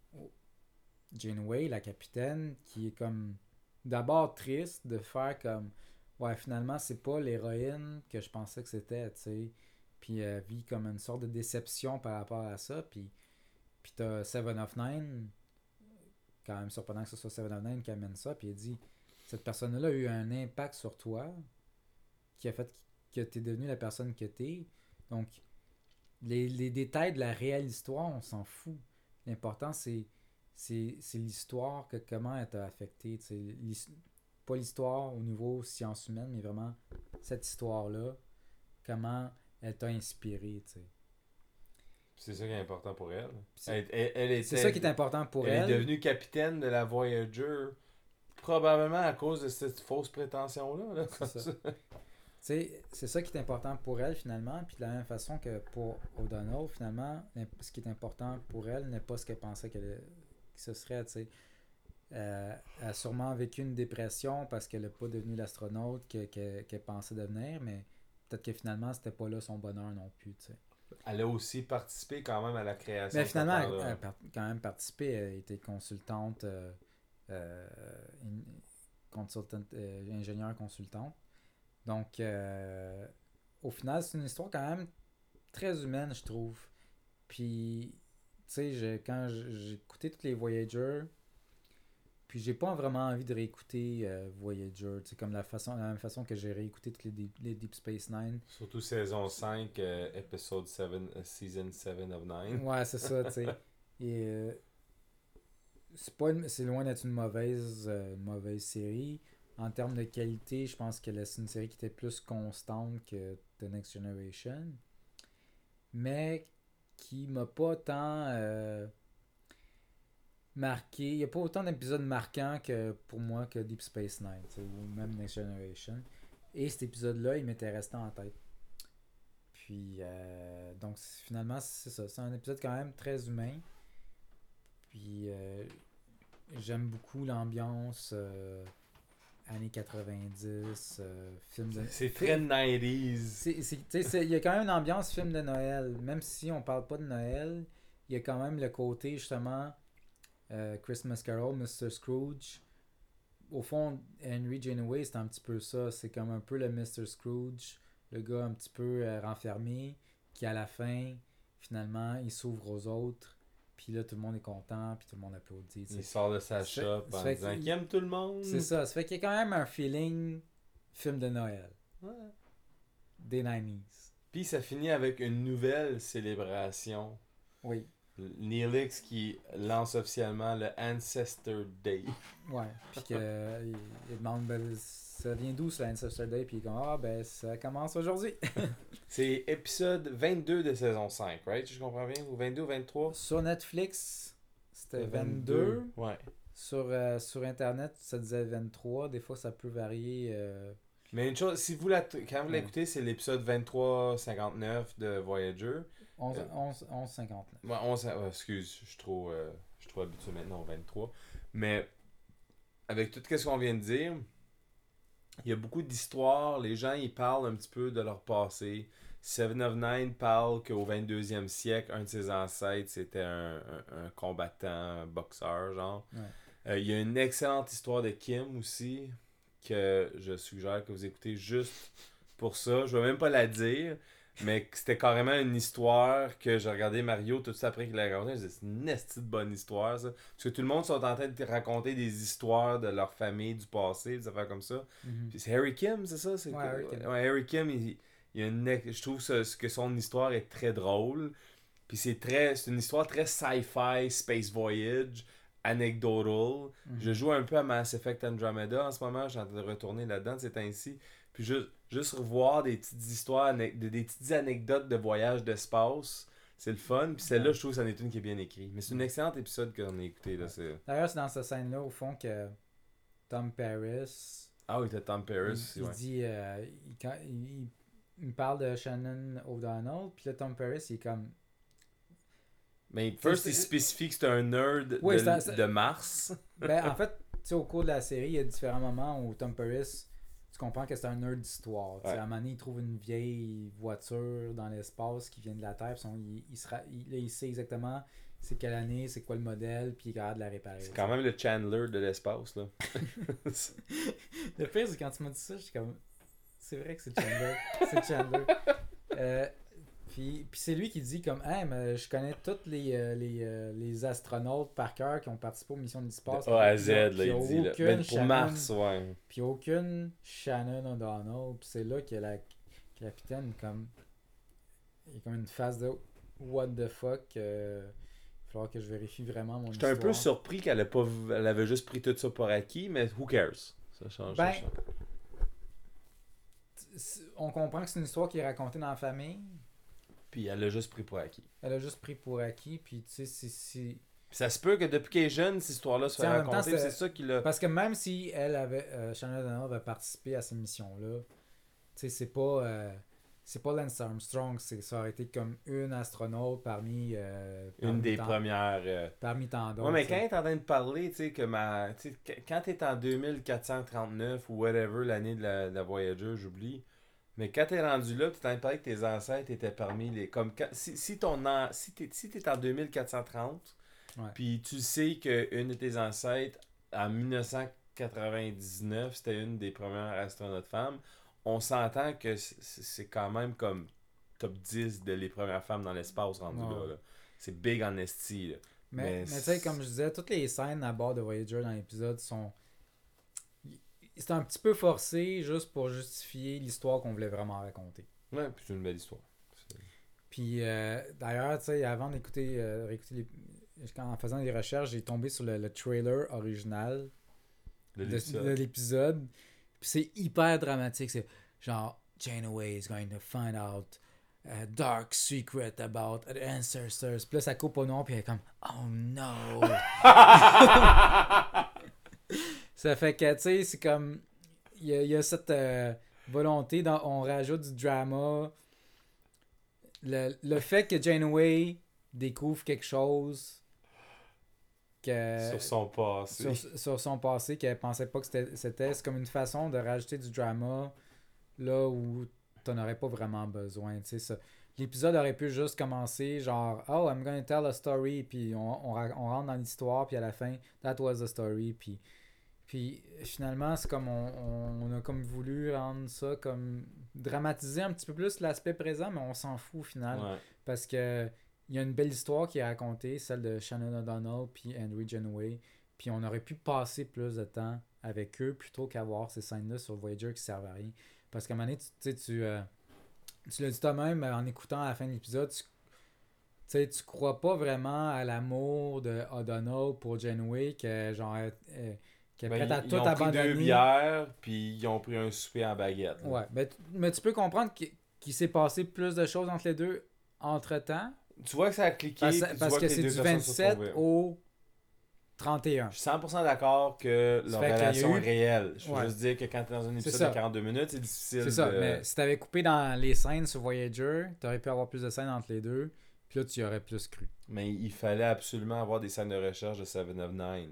Janeway, la capitaine, qui est comme d'abord triste de faire comme ouais, finalement, c'est pas l'héroïne que je pensais que c'était, tu sais. Puis elle vit comme une sorte de déception par rapport à ça. Puis, puis t'as Seven of Nine, quand même surprenant que ce soit Seven of Nine qui amène ça. Puis elle dit cette personne-là a eu un impact sur toi qui a fait que t'es devenu la personne que t'es. Donc, Les, les détails de la réelle histoire, on s'en fout. L'important, c'est, c'est, c'est l'histoire, que comment elle t'a affecté. L'his- pas l'histoire au niveau sciences humaines, mais vraiment cette histoire-là, comment elle t'a inspiré. T'sais. C'est ça qui est important pour elle. C'est, elle, elle, elle était, c'est ça qui est important pour elle. Elle est devenue capitaine de la Voyager, probablement à cause de cette fausse prétention-là. Là, c'est ça. T'sais, c'est ça qui est important pour elle finalement, puis de la même façon que pour O'Donnell, finalement, ce qui est important pour elle n'est pas ce qu'elle pensait qu'elle, que ce serait. T'sais. Euh, elle a sûrement vécu une dépression parce qu'elle n'est pas devenue l'astronaute que, que, qu'elle pensait devenir, mais peut-être que finalement, c'était pas là son bonheur non plus. T'sais. Elle a aussi participé quand même à la création. Mais finalement, elle, elle a quand même participé, elle était consultante, euh, euh, consultant, euh, ingénieure consultante. Donc, euh, au final, c'est une histoire quand même très humaine, je trouve. Puis, tu sais, quand j'ai écouté tous les Voyager, puis j'ai pas vraiment envie de réécouter euh, Voyager, tu sais, comme la, façon, la même façon que j'ai réécouté tous les, Deep, les Deep Space Nine. Surtout saison cinq, euh, épisode sept, uh, season sept of nine. Ouais, c'est ça, tu sais. Et euh, c'est, pas une, c'est loin d'être une mauvaise, euh, une mauvaise série. En termes de qualité, je pense que c'est une série qui était plus constante que The Next Generation. Mais qui m'a pas tant euh, marqué. Il n'y a pas autant d'épisodes marquants que pour moi que Deep Space Nine, ou même Next Generation. Et cet épisode-là, il m'était resté en tête. Puis, euh, donc finalement, c'est ça. C'est un épisode quand même très humain. Puis, euh, j'aime beaucoup l'ambiance. Euh, années quatre-vingt-dix, euh, film de... C'est très quatre-vingt-dix. Il y a quand même une ambiance film de Noël. Même si on parle pas de Noël, il y a quand même le côté, justement, euh, Christmas Carol, mister Scrooge. Au fond, Henry Janeway, c'est un petit peu ça. C'est comme un peu le mister Scrooge, le gars un petit peu euh, renfermé, qui à la fin, finalement, il s'ouvre aux autres. Puis là, tout le monde est content, puis tout le monde applaudit. T'sais. Il sort de sa shop en disant qu'il aime tout le monde. C'est ça. Ça fait qu'il y a quand même un feeling film de Noël. Ouais. Des nineties. Puis ça finit avec une nouvelle célébration. Oui. Neelix qui lance officiellement le Ancestor Day. Ouais. Puis qu'il il, il demande ben, ça vient d'où ce Ancestor Day? Puis il est comme ah ben ça commence aujourd'hui. C'est épisode vingt-deux de saison cinq, right? Je comprends bien? Ou vingt-deux ou vingt-trois? Sur Netflix, c'était vingt-deux. Ouais. Sur, euh, sur Internet, ça disait vingt-trois. Des fois, ça peut varier. Euh... Mais une chose, si vous la quand vous l'écoutez, c'est l'épisode vingt-trois cinquante-neuf de Voyager. onze cinquante-neuf. Ouais, onze, ouais, excuse, je suis trop, euh, je suis trop habitué maintenant au vingt-trois. Mais avec tout ce qu'on vient de dire, il y a beaucoup d'histoires. Les gens, ils parlent un petit peu de leur passé. Seven of Nine parle qu'au vingt-deuxième siècle, un de ses ancêtres, c'était un, un, un combattant, un boxeur, genre. Ouais. Euh, il y a une excellente histoire de Kim aussi, que je suggère que vous écoutez juste pour ça. Je vais même pas la dire, mais c'était carrément une histoire que j'ai regardé Mario tout de suite après qu'il l'a raconté. Je disais, c'est une estie de bonne histoire, ça. Parce que tout le monde sont en train de raconter des histoires de leur famille, du passé, des affaires comme ça. Mm-hmm. Puis c'est Harry Kim, c'est ça? C'est ouais, quoi? Harry Kim. Ouais, Harry Kim, il, il y a une, je trouve que, que son histoire est très drôle. Puis c'est très, c'est une histoire très sci-fi, space voyage, anecdotal. Mm-hmm. Je joue un peu à Mass Effect Andromeda en ce moment. Je suis en train de retourner là-dedans de ces temps-ci. Puis juste, juste revoir des petites histoires, des, des petites anecdotes de voyage d'espace. C'est le fun. Puis celle-là, ouais. Je trouve que c'en est une qui est bien écrite. Mais c'est un excellent épisode qu'on a écouté. Là, c'est... D'ailleurs, c'est dans cette scène-là, au fond, que Tom Paris... Ah oui, t'as Tom Paris. Il, il ouais. dit... Euh, il, quand, il, il me parle de Shannon O'Donnell. Puis là, Tom Paris, il est comme... Mais first, il spécifie que c'est un nerd oui, de, c'est un, de Mars. Ben, en fait, tu sais, au cours de la série, il y a différents moments où Tom Paris, tu comprends que c'est un nerd d'histoire. Ouais. À un moment donné, il trouve une vieille voiture dans l'espace qui vient de la Terre. Son, il, il, sera, il, là, il sait exactement c'est quelle année, c'est quoi le modèle, puis il est capable de la réparer. C'est quand même le Chandler de l'espace, là. Le pire, c'est quand tu m'as dit ça, je suis comme... C'est vrai que c'est Chandler. C'est Chandler. Euh... Puis, puis c'est lui qui dit comme hey, mais je connais tous les, euh, les, euh, les astronautes par cœur qui ont participé aux missions de l'espace. A à Z, là, il dit. Là. Ben, pour Shannon, Mars, ouais. Puis aucune Shannon O'Donnell. Puis c'est là que la que capitaine comme il y a comme une phase de what the fuck. Euh, il va falloir que je vérifie vraiment mon J'étais histoire. un peu surpris qu'elle ait pas, elle avait juste pris tout ça pour acquis, mais who cares? Ça change. Ben, ça change. On comprend que c'est une histoire qui est racontée dans la famille. Puis elle l'a juste pris pour acquis. Elle a juste pris pour acquis, puis tu sais, c'est... c'est... Ça se peut que depuis qu'elle est jeune, cette histoire-là se fait raconter, c'est ça qui l'a... Parce que même si elle avait... Euh, Shannon O'Donnell avait participé à ces missions-là, tu sais, c'est pas... Euh, c'est pas Lance Armstrong, c'est, ça aurait été comme une astronaute parmi... Euh, parmi une des tant, premières... Euh... Parmi tant d'autres. Ouais, mais quand elle est en train de parler, tu sais, que ma... T'sais, quand t'es en deux mille quatre cent trente-neuf ou whatever, l'année de la, de la Voyager, j'oublie... Mais quand t'es rendu là, tu t'en parlais que tes ancêtres étaient parmi les... Comme quand, si, si ton an, si t'es, si t'es en deux mille quatre cent trente, ouais. Puis tu sais qu'une de tes ancêtres, en dix-neuf cent quatre-vingt-dix-neuf, c'était une des premières astronautes femmes, on s'entend que c'est, c'est quand même comme top dix de les premières femmes dans l'espace rendu ouais. là, là. C'est big en esti. Là. Mais, mais, mais tu sais, comme je disais, toutes les scènes à bord de Voyager dans l'épisode sont... C'est un petit peu forcé juste pour justifier l'histoire qu'on voulait vraiment raconter. Ouais, puis c'est une belle histoire. C'est... Puis euh, d'ailleurs, tu sais, avant d'écouter, euh, réécouter les... en faisant des recherches, j'ai tombé sur le, le trailer original de l'épisode. De, de l'épisode. Puis c'est hyper dramatique. C'est genre, Janeway is going to find out a dark secret about the ancestors. Puis là, ça coupe au noir, puis elle est comme, oh no! Ça fait que, tu sais, c'est comme... Il y, y a cette euh, volonté, dans, on rajoute du drama. Le, le fait que Janeway découvre quelque chose que, Sur son passé. sur, sur son passé, qu'elle pensait pas que c'était, c'était c'est comme une façon de rajouter du drama là où t'en aurais pas vraiment besoin, tu sais, ça. L'épisode aurait pu juste commencer genre oh I'm gonna tell a story, puis on, on, ra- on rentre dans l'histoire, puis à la fin that was the story, puis puis finalement c'est comme on, on, on a comme voulu rendre ça comme dramatiser un petit peu plus l'aspect présent, mais on s'en fout au final, Ouais. parce que il y a une belle histoire qui est racontée, celle de Shannon O'Donnell puis Henry Genway, puis on aurait pu passer plus de temps avec eux plutôt qu'avoir ces scènes-là sur Voyager qui servent à rien. Parce qu'à un moment donné, tu sais, tu, euh, tu l'as dit toi-même en écoutant à la fin de l'épisode, tu, tu sais, tu crois pas vraiment à l'amour de O'Donnell pour Genway, que genre, euh, qui est Ben, prête à ils, tout ils ont pris abandonner. deux bières, puis ils ont pris un souper en baguette. là. Ouais, mais, tu- mais tu peux comprendre qu'il, qu'il s'est passé plus de choses entre les deux entre-temps. Tu vois que ça a cliqué, Parce, puis tu parce vois que, que, les c'est deux du personnes se vingt-sept trouvaient. au trente et un. Je suis cent pour cent d'accord que Ça leur fait qu'il y a relation eu- est réelle. Je veux Ouais. juste dire que quand tu es dans un C'est épisode ça. de quarante-deux minutes, c'est difficile C'est ça, de... mais si t'avais coupé dans les scènes sur Voyager, t'aurais pu avoir plus de scènes entre les deux, puis là tu y aurais plus cru. Mais il fallait absolument avoir des scènes de recherche de Seven of Nine.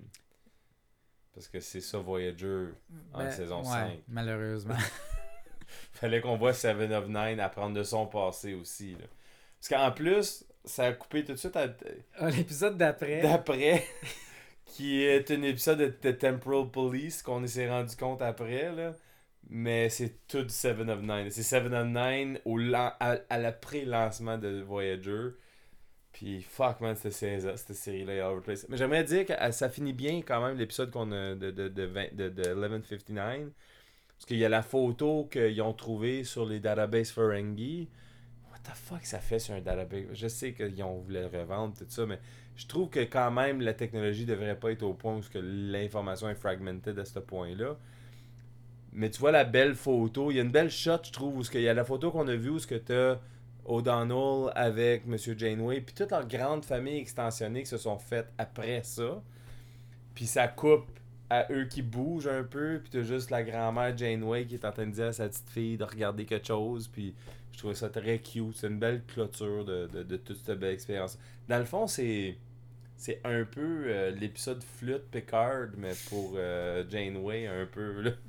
Parce que c'est ça Voyager en Ben, saison ouais, cinq. malheureusement. Fallait qu'on voit Seven of Nine apprendre de son passé aussi. Là. Parce qu'en plus, ça a coupé tout de suite à... Ah, l'épisode d'après. d'après, qui est un épisode de, de Temporal Police qu'on s'est rendu compte après, là. Mais c'est tout du Seven of Nine. C'est Seven of Nine au lan- à, à l'après-lancement de Voyager. Puis fuck man, cette, série- cette série-là est over the place. Mais j'aimerais dire que euh, ça finit bien quand même l'épisode qu'on a de, de, de, vingt de, de eleven fifty-nine. Parce qu'il y a la photo qu'ils ont trouvée sur les databases Ferengi. What the fuck ça fait sur un database? Je sais qu'ils ont voulu le revendre, tout ça, mais je trouve que quand même la technologie devrait pas être au point où que l'information est fragmentée à ce point-là. Mais tu vois la belle photo, il y a une belle shot, je trouve, où il y a la photo qu'on a vue où tu as O'Donnell avec M. Janeway, puis toute leur grande famille extensionnée qui se sont faites après ça. Puis ça coupe à eux qui bougent un peu, puis t'as juste la grand-mère Janeway qui est en train de dire à sa petite fille de regarder quelque chose, puis je trouvais ça très cute. C'est une belle clôture de, de, de toute cette belle expérience. Dans le fond, c'est c'est un peu euh, l'épisode Flûte Picard, mais pour euh, Janeway, un peu, là.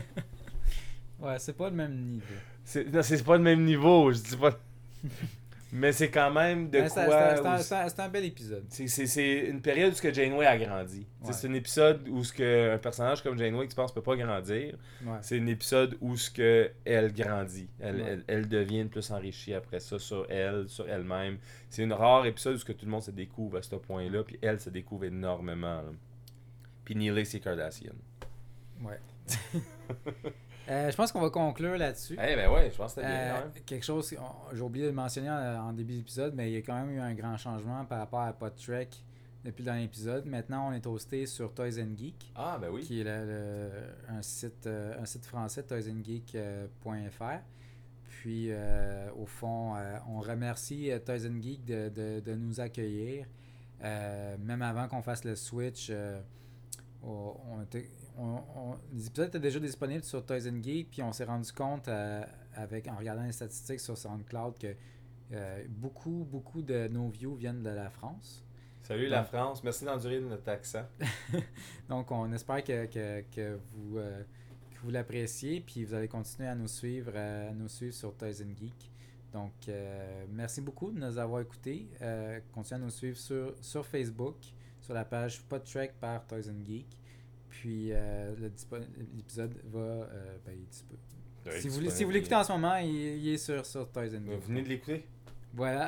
Ouais, c'est pas le même niveau. C'est, non, c'est pas le même niveau, je dis pas... Mais c'est quand même de Mais quoi... c'est, c'est, c'est, un, où- c'est un- c'est un bel épisode. C'est, c'est, c'est une période où ce que Janeway a grandi. Tu sais, Ouais. C'est un épisode où ce que un personnage comme Janeway que tu penses peut pas grandir. Ouais. C'est un épisode où ce que elle grandit. Elle, Ouais. elle, elle devient plus enrichie après ça sur elle, sur elle-même. C'est une rare épisode où ce que tout le monde se découvre à ce point-là, puis elle se découvre énormément. là. Puis Neely, c'est Kardashian. Ouais. Euh, je pense qu'on va conclure là-dessus. Eh ben ouais, je pense que c'était bien. Euh, ouais. quelque chose, on- j'ai oublié de le mentionner en, en début d'épisode, mais il y a quand même eu un grand changement par rapport à PodTrek depuis le dernier épisode. Maintenant, on est hosté sur Toys and Geek, Ah ben oui. qui est le- le- un, site, euh, un site français, toys and geek point f r. Puis, euh, au fond, euh, on remercie euh, Toys and Geek de, de, de nous accueillir. Euh, même avant qu'on fasse le switch, euh, on, on était- on- on- les épisodes étaient déjà disponibles sur Toys and Geek, puis on s'est rendu compte, euh, avec, en regardant les statistiques sur SoundCloud, que euh, beaucoup, beaucoup de nos views viennent de la France. Salut la France, merci d'endurer notre accent. Donc, on espère que, que, que vous, euh, que vous l'appréciez, puis vous allez continuer à nous suivre, euh, à nous suivre sur Toys and Geek. Donc, euh, merci beaucoup de nous avoir écoutés. Euh, continuez à nous suivre sur, sur Facebook, sur la page PodTrek par Toys and Geek. Puis, euh, le dispo- l'épisode va... euh, ben, il est dispo- Ouais, si, vous, disponible. si vous l'écoutez en ce moment, il, il est sur, sur Toys and Vous Geek. venez de l'écouter? Voilà.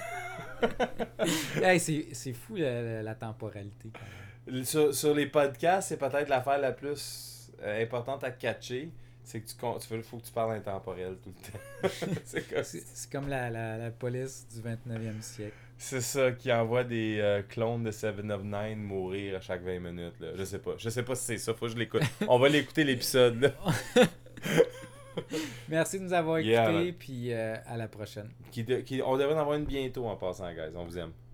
Hey, c'est, c'est fou la, la- la temporalité. quand même. Sur, sur les podcasts, c'est peut-être l'affaire la plus euh, importante à catcher. C'est que tu con- tu faut que tu parles intemporel tout le temps. c'est, comme, C'est, c'est comme la, la, la police du vingt-neuvième siècle. c'est ça qui envoie des euh, clones de Seven of Nine mourir à chaque vingt minutes. Là. Je sais pas. Je sais pas si c'est ça. Faut que je l'écoute. On va l'écouter l'épisode. Là. Merci de nous avoir écoutés, Yeah, man. puis euh, à la prochaine. Qui de- qui- on devrait en avoir une bientôt en passant, guys. On vous aime.